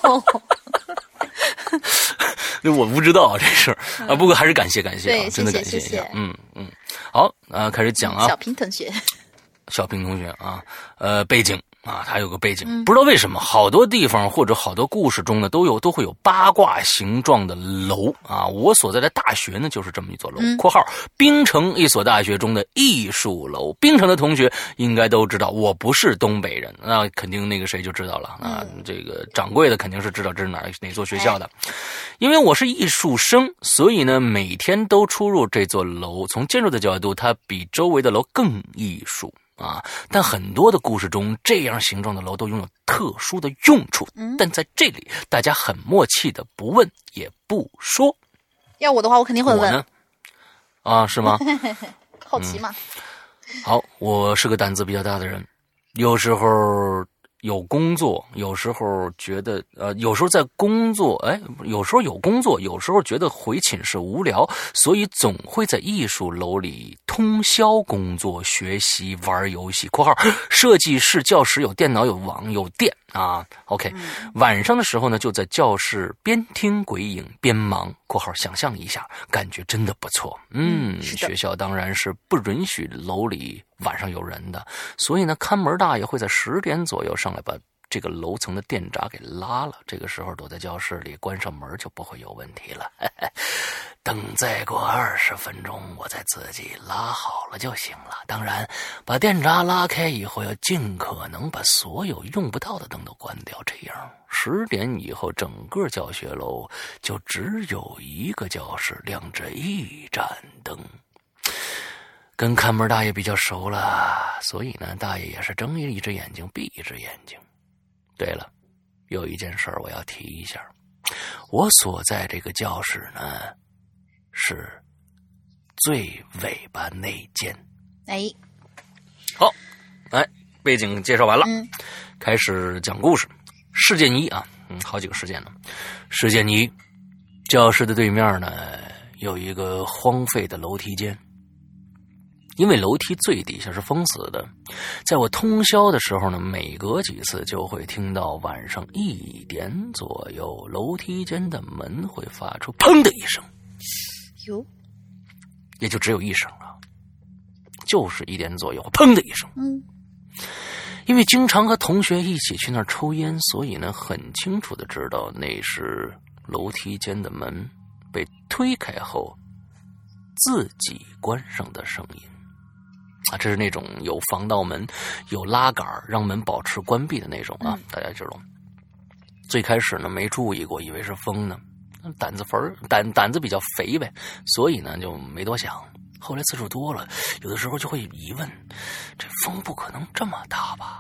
我不知道这事儿啊，不过还是感谢啊，真的感谢一下。好开始讲啊。 小平同学啊，背景。它有个背景，不知道为什么好多地方或者好多故事中呢都会有八卦形状的楼啊。我所在的大学呢就是这么一座楼（括号冰城一所大学中的艺术楼）。冰城的同学应该都知道，我不是东北人，那肯定那个谁就知道了啊。这个掌柜的肯定是知道这是哪座学校的，因为我是艺术生，所以呢每天都出入这座楼。从建筑的角度，它比周围的楼更艺术。但很多的故事中，这样形状的楼都拥有特殊的用处。但在这里，大家很默契的不问也不说。 要我的话，我肯定会问。 我呢？是吗？ 好奇嘛。 好，我是个胆子比较大的人，有时候有工作，有时候觉得有时候在工作，有时候有工作，有时候觉得回寝室无聊，所以总会在艺术楼里通宵工作、学习、玩游戏（括号设计室教室有电脑、有网、有电啊）。OK，晚上的时候呢，就在教室边听鬼影边忙（括号想象一下，感觉真的不错）。学校当然是不允许楼里晚上有人的，所以呢，看门大爷会在10点左右上来把这个楼层的电闸给拉了。这个时候躲在教室里，关上门就不会有问题了。等再过20分钟，我再自己拉好了就行了。当然，把电闸拉开以后，要尽可能把所有用不到的灯都关掉，这样10点以后，整个教学楼就只有一个教室亮着一盏灯。跟看门大爷比较熟了，所以呢，大爷也是睁一只眼睛闭一只眼睛。对了，有一件事我要提一下，我所在这个教室呢是最尾巴那间。好，背景介绍完了，开始讲故事。事件1啊，好几个事件呢。事件1，教室的对面呢有一个荒废的楼梯间。因为楼梯最底下是封死的，在我通宵的时候呢，每隔几次就会听到晚上1点左右，楼梯间的门会发出砰的一声，也就只有一声了，就是1点左右，砰的一声。因为经常和同学一起去那儿抽烟，所以呢，很清楚的知道那是楼梯间的门被推开后自己关上的声音。这是那种有防盗门、有拉杆让门保持关闭的那种啊，大家知道。最开始呢没注意过，以为是风呢，胆子比较肥呗，所以呢就没多想。后来次数多了，有的时候就会疑问，这风不可能这么大吧？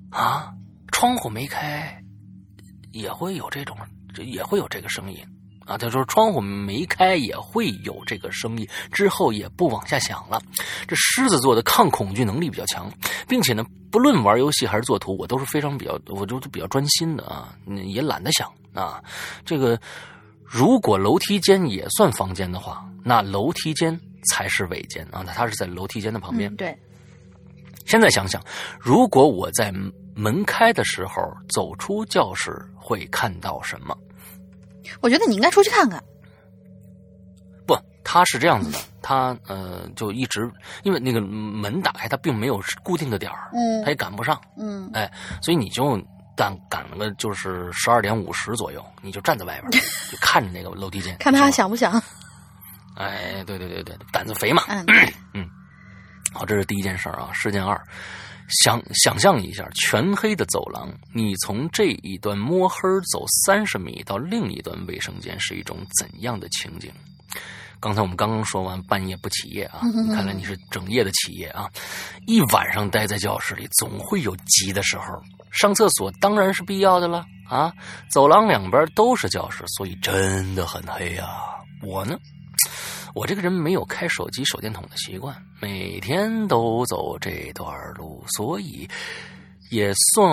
啊，窗户没开也会有这个声音啊。他说窗户没开也会有这个声音，之后也不往下想了。这狮子座的抗恐惧能力比较强，并且呢，不论玩游戏还是做图，我都是我都比较专心的啊，也懒得想啊。这个如果楼梯间也算房间的话，那楼梯间才是尾间啊，它是在楼梯间的旁边。 对。 现在想想，如果我在门开的时候走出教室，会看到什么？ 我觉得你应该出去看看。 不，他是这样子的，他就一直因为那个门打开，他并没有固定的点儿，他也赶不上，哎，所以你就赶了个就是12点50左右，你就站在外边就看着那个楼梯间， 看他想不想。 哎，对，胆子肥嘛。好，这是第一件事啊。事件2，想象一下，全黑的走廊，你从这一端摸黑走30米到另一端卫生间，是一种怎样的情景？刚才我们刚说完半夜不起夜啊，看来你是整夜的起夜啊。一晚上待在教室里，总会有急的时候。上厕所当然是必要的了啊。走廊两边都是教室，所以真的很黑啊。我这个人没有开手机手电筒的习惯，每天都走这段路，所以也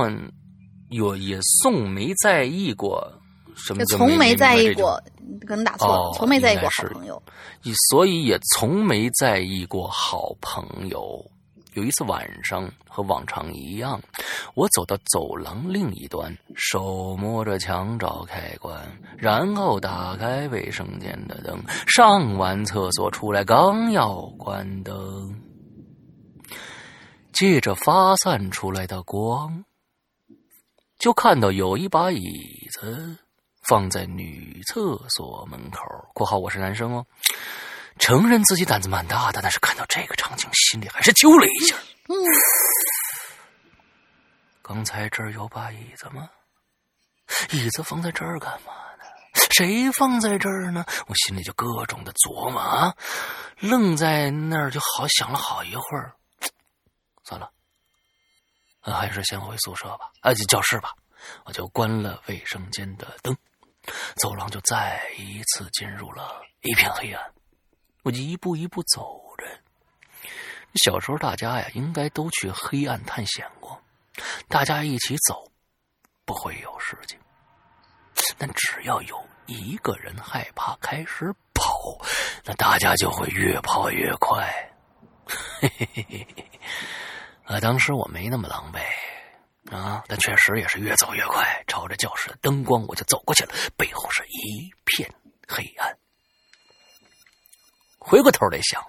没在意过。什么叫从没在意过？可能打错了，从没在意过好朋友， 所以也从没在意过好朋友。有一次晚上和往常一样，我走到走廊另一端，手摸着墙找开关，然后打开卫生间的灯，上完厕所出来刚要关灯，借着发散出来的光，就看到有一把椅子放在女厕所门口（括号我是男生哦）。承认自己胆子蛮大的，但是看到这个场景，心里还是揪了一下。刚才这儿有把椅子吗？椅子放在这儿干嘛呢？谁放在这儿呢？我心里就各种的琢磨啊，愣在那儿就想了好一会儿。算了，还是先回宿舍吧，教室吧。我就关了卫生间的灯，走廊就再一次进入了一片黑暗。我就一步一步走着。小时候大家呀，应该都去黑暗探险过，大家一起走不会有事情，但只要有一个人害怕开始跑，那大家就会越跑越快。当时我没那么狼狈啊，但确实也是越走越快，朝着教室的灯光我就走过去了，背后是一片黑暗。回过头来想，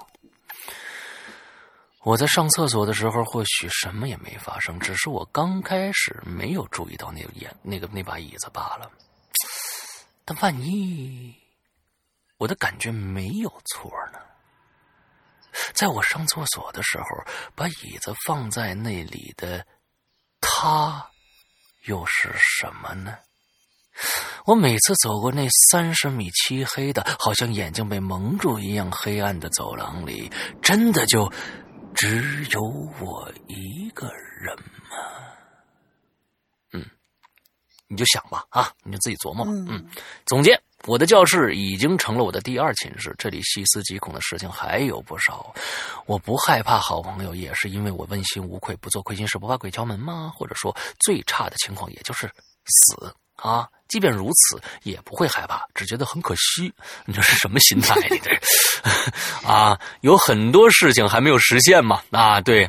我在上厕所的时候或许什么也没发生，只是我刚开始没有注意到那把椅子罢了。但万一我的感觉没有错呢？在我上厕所的时候把椅子放在那里的他又是什么呢？我每次走过那30米漆黑的好像眼睛被蒙住一样黑暗的走廊里，真的就只有我一个人吗？你就想吧啊，你就自己琢磨吧。总结，我的教室已经成了我的第2寝室，这里细思极恐的事情还有不少。我不害怕好朋友，也是因为我问心无愧，不做亏心事，不怕鬼敲门吗？或者说最差的情况也就是死啊，即便如此也不会害怕，只觉得很可惜。你这是什么心态？你这啊，有很多事情还没有实现嘛。啊，对，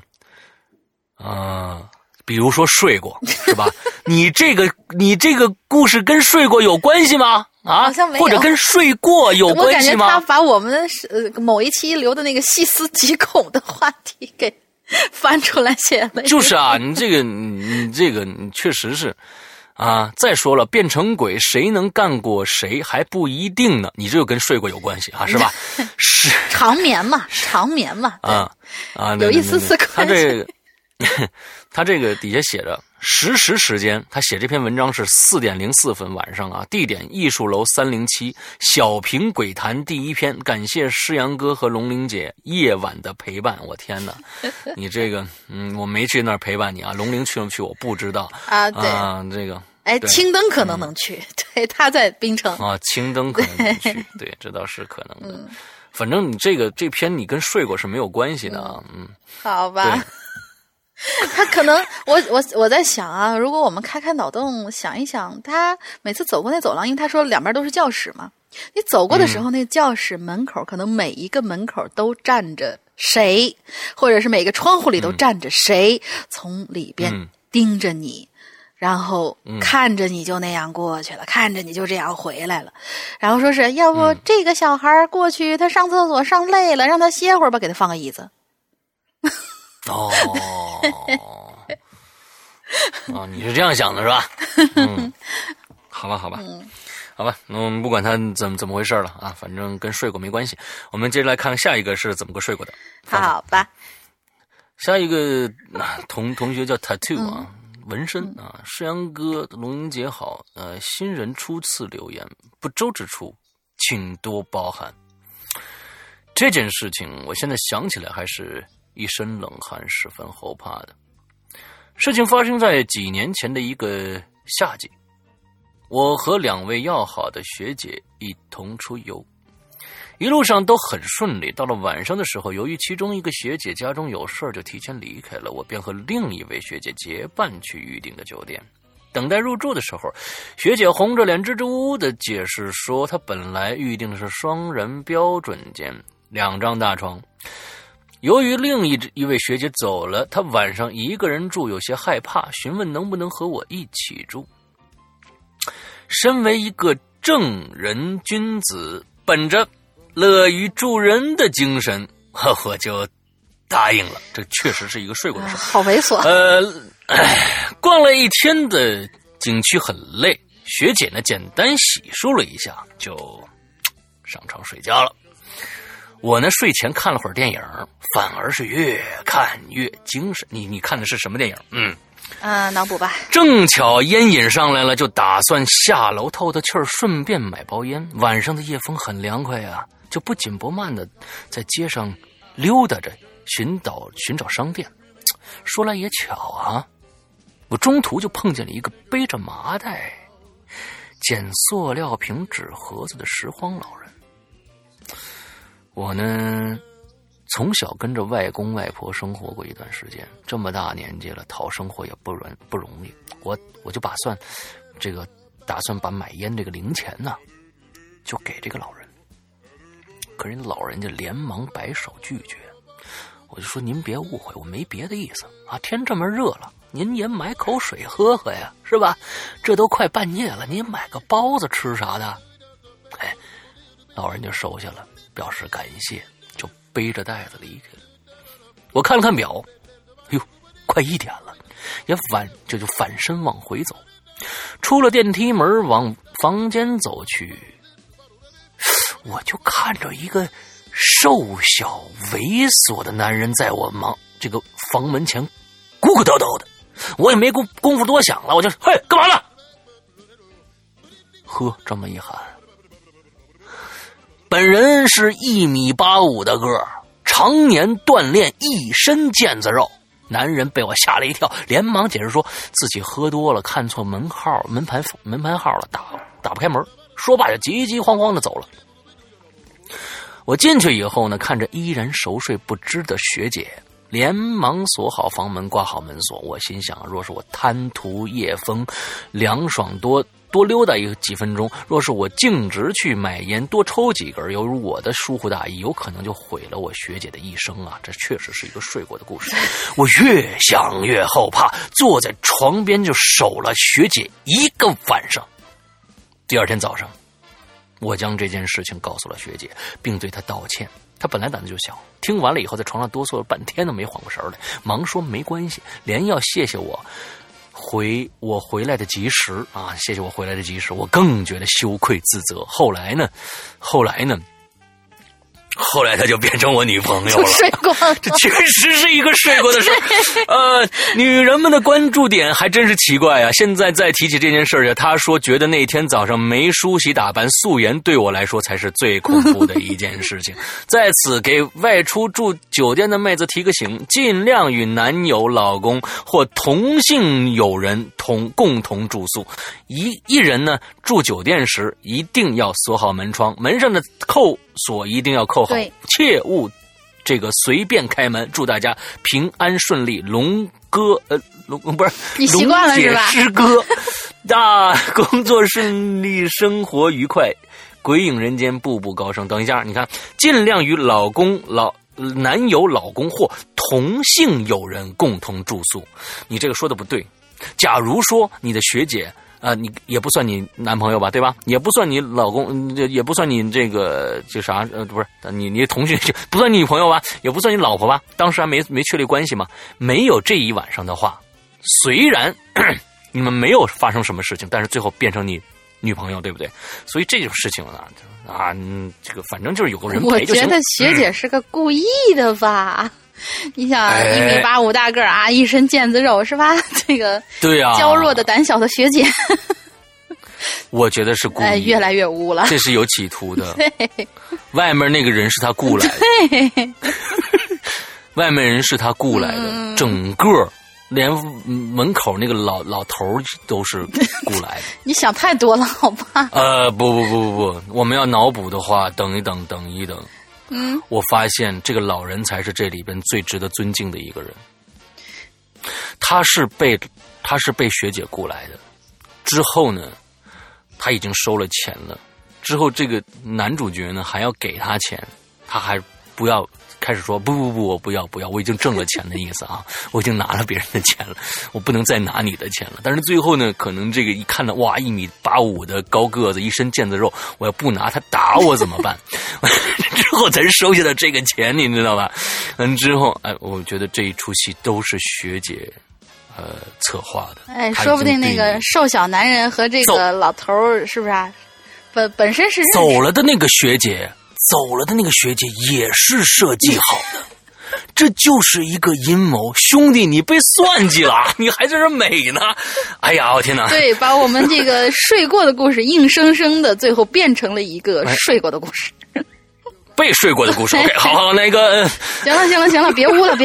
比如说睡过，是吧？你这个故事跟睡过有关系吗？啊， 好像没有， 或者跟睡过有关系吗？ 我感觉他把我们某一期留的那个细思极恐的话题给翻出来写了。 就是啊，你这个你确实是。啊！再说了，变成鬼谁能干过谁还不一定呢。你这就跟睡过有关系啊，是吧？是长眠嘛，长眠嘛。有一丝丝关系。 他这个底下写着时间，他写这篇文章是4点04分晚上啊，地点艺术楼307，小平鬼谈第1篇，感谢诗阳哥和龙玲姐夜晚的陪伴。我天哪，你这个我没去那儿陪伴你啊，龙玲去不去我不知道啊，对啊，这个哎，青灯可能能去，对，他在槟城啊，青灯可能能去，对，这倒是可能的。反正你这篇你跟睡过是没有关系的啊， 好吧。他可能，我在想啊，如果我们开脑洞想一想，他每次走过那走廊，因为他说两边都是教室嘛，你走过的时候，那教室门口可能每一个门口都站着谁，或者是每个窗户里都站着谁，从里边盯着你。然后看着你就那样过去了，看着你就这样回来了，然后说是要不这个小孩过去，他上厕所上累了，让他歇会儿吧，给他放个椅子。 哦，你是这样想的是吧？好吧，好吧，那我们不管他怎么回事了啊，反正跟睡过没关系。我们接着来看下一个是怎么个睡过的。 好吧， 下一个同学叫 Tattoo 啊，纹身啊，世阳哥、龙英姐好，新人初次留言，不周之处，请多包涵。这件事情我现在想起来还是一身冷汗，十分后怕的。事情发生在几年前的一个夏季，我和2位要好的学姐一同出游，一路上都很顺利。到了晚上的时候，由于其中一个学姐家中有事就提前离开了，我便和另一位学姐结伴去预定的酒店。等待入住的时候，学姐红着脸支支吾吾的解释说，她本来预定的是双人标准间，2张大床。由于另一位学姐走了，她晚上一个人住有些害怕，询问能不能和我一起住。身为一个正人君子，本着乐于助人的精神，我就答应了。这确实是一个睡过的事。 好猥琐。 逛了一天的景区很累，学姐呢简单洗漱了一下就上床睡觉了。我呢睡前看了会儿电影，反而是越看越精神。你看的是什么电影？ 脑补吧。 正巧烟瘾上来了，就打算下楼透透气儿，顺便买包烟。晚上的夜风很凉快啊，就不紧不慢的在街上溜达着，寻找商店。说来也巧啊，我中途就碰见了一个背着麻袋、捡塑料瓶纸盒子的拾荒老人。我呢，从小跟着外公外婆生活过一段时间，这么大年纪了，讨生活也不容易。我就打算把买烟这个零钱呢，就给这个老人。可人老人家连忙摆手拒绝。我就说您别误会，我没别的意思啊，天这么热了，您也买口水喝喝呀，是吧？这都快半夜了，您买个包子吃啥的？老人就收下了，表示感谢，就背着袋子离开了。我看了看表，快1点了，就反身往回走。出了电梯门往房间走去，我就看着一个瘦小猥琐的男人在我这个房门前咕咕叨叨的，我也没功夫多想了，我就嘿干嘛呢？这么一喊，本人是1.85米的个儿，常年锻炼，一身腱子肉。男人被我吓了一跳，连忙解释说自己喝多了，看错门牌号了，打不开门。说罢就急急慌慌的走了。我进去以后呢，看着依然熟睡不知的学姐，连忙锁好房门，挂好门锁。我心想，若是我贪图夜风凉爽多溜达几分钟，若是我径直去买烟多抽几根，犹如我的疏忽大意，有可能就毁了我学姐的一生啊！这确实是一个睡过的故事。我越想越后怕，坐在床边就守了学姐1个晚上。第2天早上，我将这件事情告诉了学姐，并对她道歉。她本来胆子就小，听完了以后在床上哆嗦了半天都没缓过神来，忙说没关系，连要谢谢我回来的及时啊！谢谢我回来的及时，我更觉得羞愧自责。后来呢， 后来他就变成我女朋友了， 睡过了， 这确实是一个睡过的事儿。女人们的关注点还真是奇怪啊！现在再提起这件事儿，她说觉得那天早上没梳洗打扮素颜对我来说才是最恐怖的一件事情。在此给外出住酒店的妹子提个醒，尽量与男友、老公或同性友人共同住宿。一人呢住酒店时一定要锁好门窗，门上的扣锁一定要扣好，切勿这个随便开门。祝大家平安顺利，龙不是你习惯了是吧？ 师哥，工作顺利，生活愉快，鬼影人间，步步高升。等一下，你看，尽量与男友、老公或同性友人共同住宿。你这个说的不对。假如说你的学姐。你也不算你男朋友吧，对吧？也不算你老公，也不算你这个就啥，不是你同学，不算你女朋友吧，也不算你老婆吧。当时还没确立关系嘛。没有这一晚上的话，虽然你们没有发生什么事情，但是最后变成你女朋友，对不对？所以这种事情这个反正就是有个人陪就行。 我觉得学姐是个故意的吧。你想1.85米大个儿一身腱子肉是吧？这个对啊， 娇弱的胆小的学姐， 我觉得是故意， 越来越污了， 这是有企图的。外面那个人是他雇来的，外面人是他雇来的，整个连门口那个老头都是雇来的。 你想太多了，好吧？ 不，我们要脑补的话，等一等。我发现这个老人才是这里边最值得尊敬的一个人。他是被学姐雇来的，之后呢，他已经收了钱了。之后这个男主角呢还要给他钱，他还不要。开始说不，我不要，我已经挣了钱的意思啊，我已经拿了别人的钱了，我不能再拿你的钱了。但是最后呢，可能这个一看到哇1.85米的高个子，一身腱子肉，我要不拿他打我怎么办？之后才收下了这个钱，你知道吧？之后我觉得这一出戏都是学姐策划的。 说不定那个瘦小男人和这个老头是不是啊？本身是走了的那个学姐也是设计好的，这就是一个阴谋。兄弟，你被算计了，你还在这美呢！哎呀，我天哪！ 对，把我们这个睡过的故事硬生生的最后变成了一个睡过的故事， 被睡过的故事。OK， 好，那个， 行了，别污了。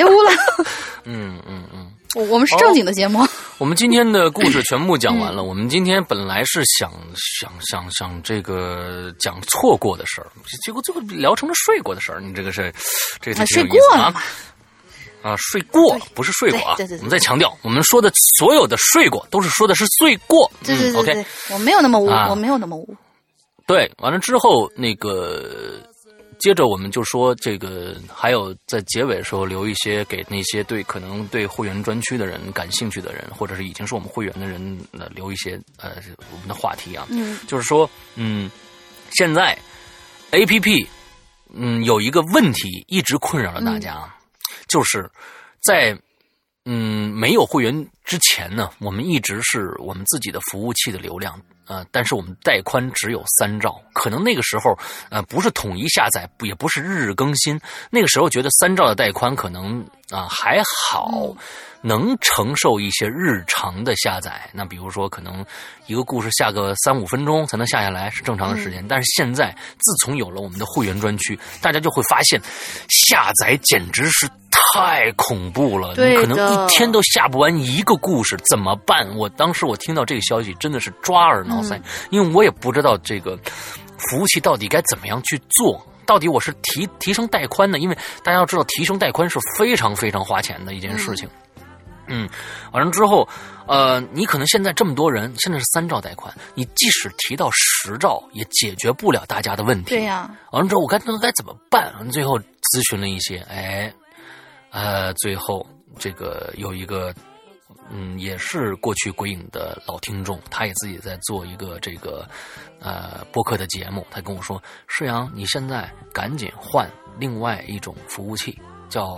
我们是正经的节目。 我们今天的故事全部讲完了。我们今天本来是想这个讲错过的事儿，结果最后聊成了睡过的事儿。你这个是这个睡过了嘛？ 睡过了，不是睡过啊。对。我们再强调，我们说的所有的睡过都是说的是睡过。 对。 OK， 我没有那么污，我没有那么污。 对，完了之后那个。接着我们就说这个，还有在结尾的时候留一些给那些可能对会员专区的人感兴趣的人，或者是已经是我们会员的人，留一些我们的话题啊。就是说现在 APP 有一个问题一直困扰着大家，就是在没有会员之前呢，我们一直是我们自己的服务器的流量。但是我们带宽只有3兆，可能那个时候不是统一下载，也不是日更新，那个时候觉得3兆的带宽可能还好，能承受一些日常的下载。那比如说可能一个故事下个3-5分钟才能下来是正常的时间。但是现在自从有了我们的会员专区，大家就会发现下载简直是太恐怖了，你可能一天都下不完一个故事，怎么办？当时我听到这个消息真的是抓耳挠腮，因为我也不知道这个服务器到底该怎么样去做，到底我是提升带宽呢？因为大家要知道提升带宽是非常非常花钱的一件事情。完了之后你可能现在这么多人，现在是3兆带宽，你即使提到10兆也解决不了大家的问题。 对呀。 完了之后我该怎么办？最后咨询了一些，最后这个有一个也是过去鬼影的老听众，他也自己在做一个这个播客的节目，他跟我说，世阳你现在赶紧换另外一种服务器，叫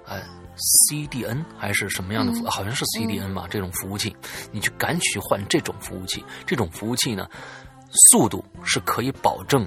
CDN 还是什么样的服务，好像是 CDN 吧，这种服务器你去赶紧去换这种服务器。这种服务器呢速度是可以保证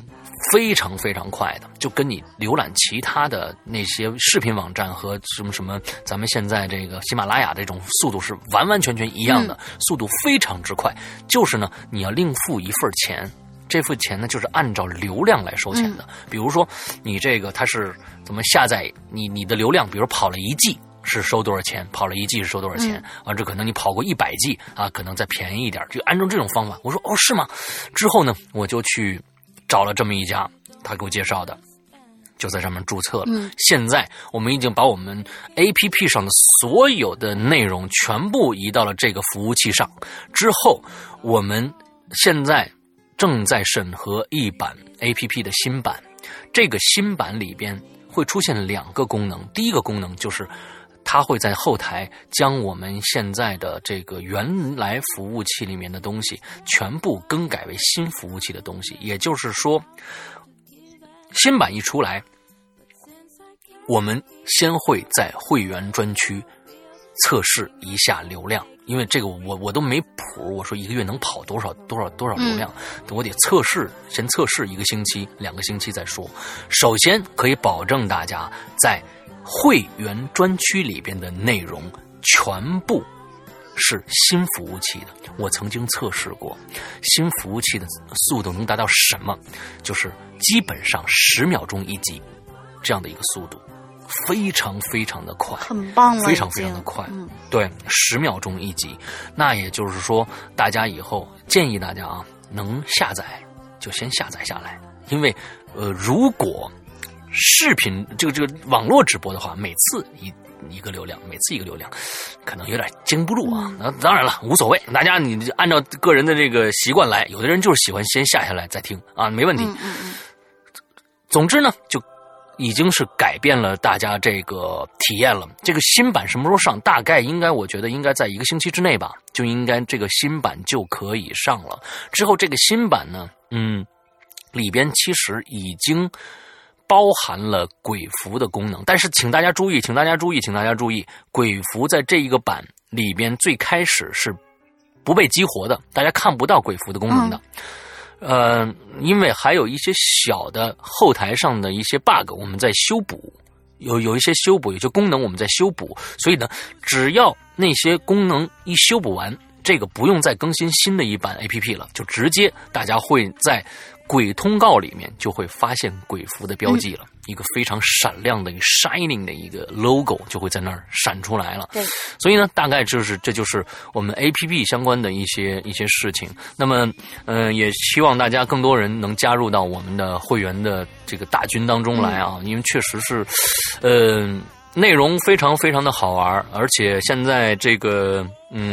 非常非常快的，就跟你浏览其他的那些视频网站和什么咱们现在这个喜马拉雅这种速度是完完全全一样的，速度非常之快。就是呢，你要另付一份钱，这份钱呢就是按照流量来收钱的。比如说你这个它是怎么下载你的流量，比如跑了1 G。是收多少钱？跑了1 G 是收多少钱？完这可能你跑过100 G 啊，可能再便宜一点，就按照这种方法。我说哦，是吗？之后呢，我就去找了这么一家，他给我介绍的，就在上面注册了。现在我们已经把我们 APP 上的所有的内容全部移到了这个服务器上。之后，我们现在正在审核一版 APP 的新版，这个新版里边会出现2个功能。第一个功能就是它会在后台将我们现在的这个原来服务器里面的东西全部更改为新服务器的东西，也就是说，新版一出来，我们先会在会员专区测试一下流量，因为这个我都没谱，我说1个月能跑多少流量，我得先测试1个星期、2个星期再说。首先可以保证大家在会员专区里边的内容全部是新服务器的。我曾经测试过新服务器的速度能达到什么，就是基本上10秒钟1集这样的一个速度，非常非常的快， 很棒了， 非常非常的快。对，10秒钟1集。那也就是说，大家以后建议大家啊，能下载就先下载下来，因为如果视频这个网络直播的话，每次一个流量，可能有点经不住啊。那当然了，无所谓，大家你按照个人的这个习惯来，有的人就是喜欢先下来再听啊，没问题。总之呢，就已经是改变了大家这个体验了。这个新版什么时候上？大概我觉得应该在1个星期之内吧，就应该这个新版就可以上了。之后这个新版呢，里边其实已经包含了鬼符的功能，但是请大家注意，鬼符在这一个版里边最开始是不被激活的，大家看不到鬼符的功能的。因为还有一些小的后台上的一些 bug 我们在修补，有一些修补，有些功能我们在修补，所以呢，只要那些功能一修补完，这个不用再更新新的一版 APP 了，就直接大家会在鬼通告里面就会发现鬼符的标记了，一个非常闪亮的一个 shining 的一个 logo 就会在那儿闪出来了。对，所以呢，大概这就是我们 APP 相关的一些事情。那么，也希望大家更多人能加入到我们的会员的这个大军当中来啊，因为确实是，内容非常非常的好玩，而且现在这个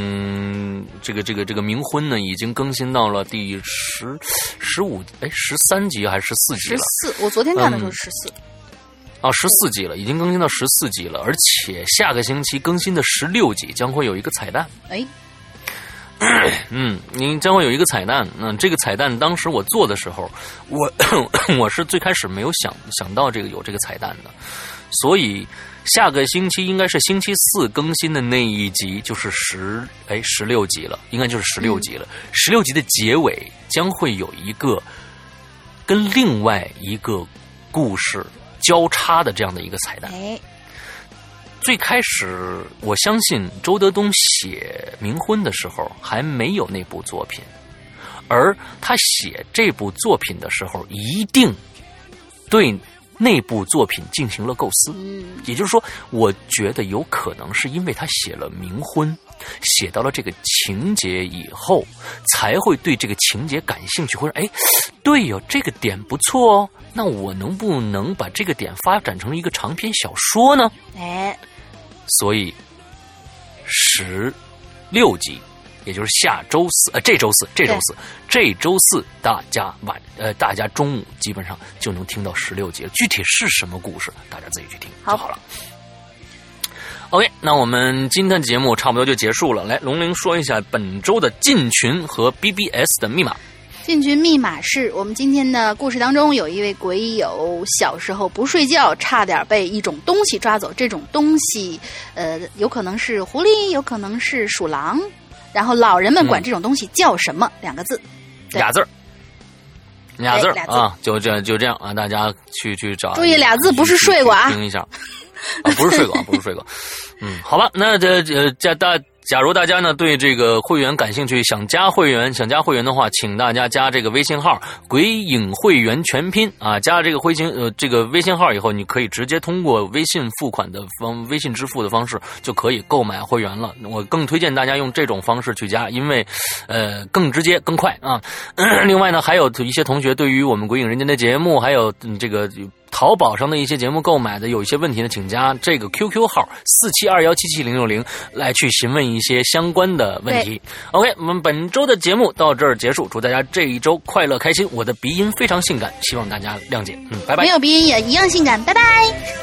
冥婚呢，已经更新到了第13集还是14集了 ？14，我昨天看的时候14。 14集了，已经更新到14集了，而且下个星期更新的16集将会有一个彩蛋。您将会有一个彩蛋。这个彩蛋当时我做的时候，我是最开始没有想到有这个彩蛋的，所以下个星期应该是星期4更新的那一集就是16集了，应该就是16集了。16集的结尾将会有一个跟另外一个故事交叉的这样的一个彩蛋。最开始我相信周德东写冥婚的时候还没有那部作品，而他写这部作品的时候一定对那部作品进行了构思。也就是说，我觉得有可能是因为他写了冥婚，写到了这个情节以后，才会对这个情节感兴趣，或者对哟，这个点不错哦，那我能不能把这个点发展成一个长篇小说呢？所以16集，也就是这周四大家中午基本上就能听到16集了。具体是什么故事，大家自己去听就好了。OK， 那我们今天的节目差不多就结束了。来，龙玲说一下本周的进群和 BBS 的密码。 进群密码是我们今天的故事当中有一位鬼友小时候不睡觉，差点被一种东西抓走。这种东西，有可能是狐狸，有可能是鼠狼。然后老人们管这种东西叫什么？2个字， 俩字儿。 俩字俩字啊，就这样啊，大家去找。 注意俩字不是睡过啊， 听一下啊，不是睡过，不是睡过。好吧，那假如大家呢对这个会员感兴趣，想加会员的话，请大家加这个微信号“鬼影会员全拼”啊，加这个微信号以后，你可以直接通过微信付款的微信支付的方式就可以购买会员了。我更推荐大家用这种方式去加，因为更直接更快啊。另外呢，还有一些同学对于我们鬼影人间的节目，还有这个淘宝上的一些节目购买的有一些问题呢，请加这个 QQ 号4721777060来去询问一些相关的问题。OK， 我们本周的节目到这儿结束，祝大家这一周快乐开心。我的鼻音非常性感，希望大家谅解。拜拜。 没有鼻音也一样性感，拜拜。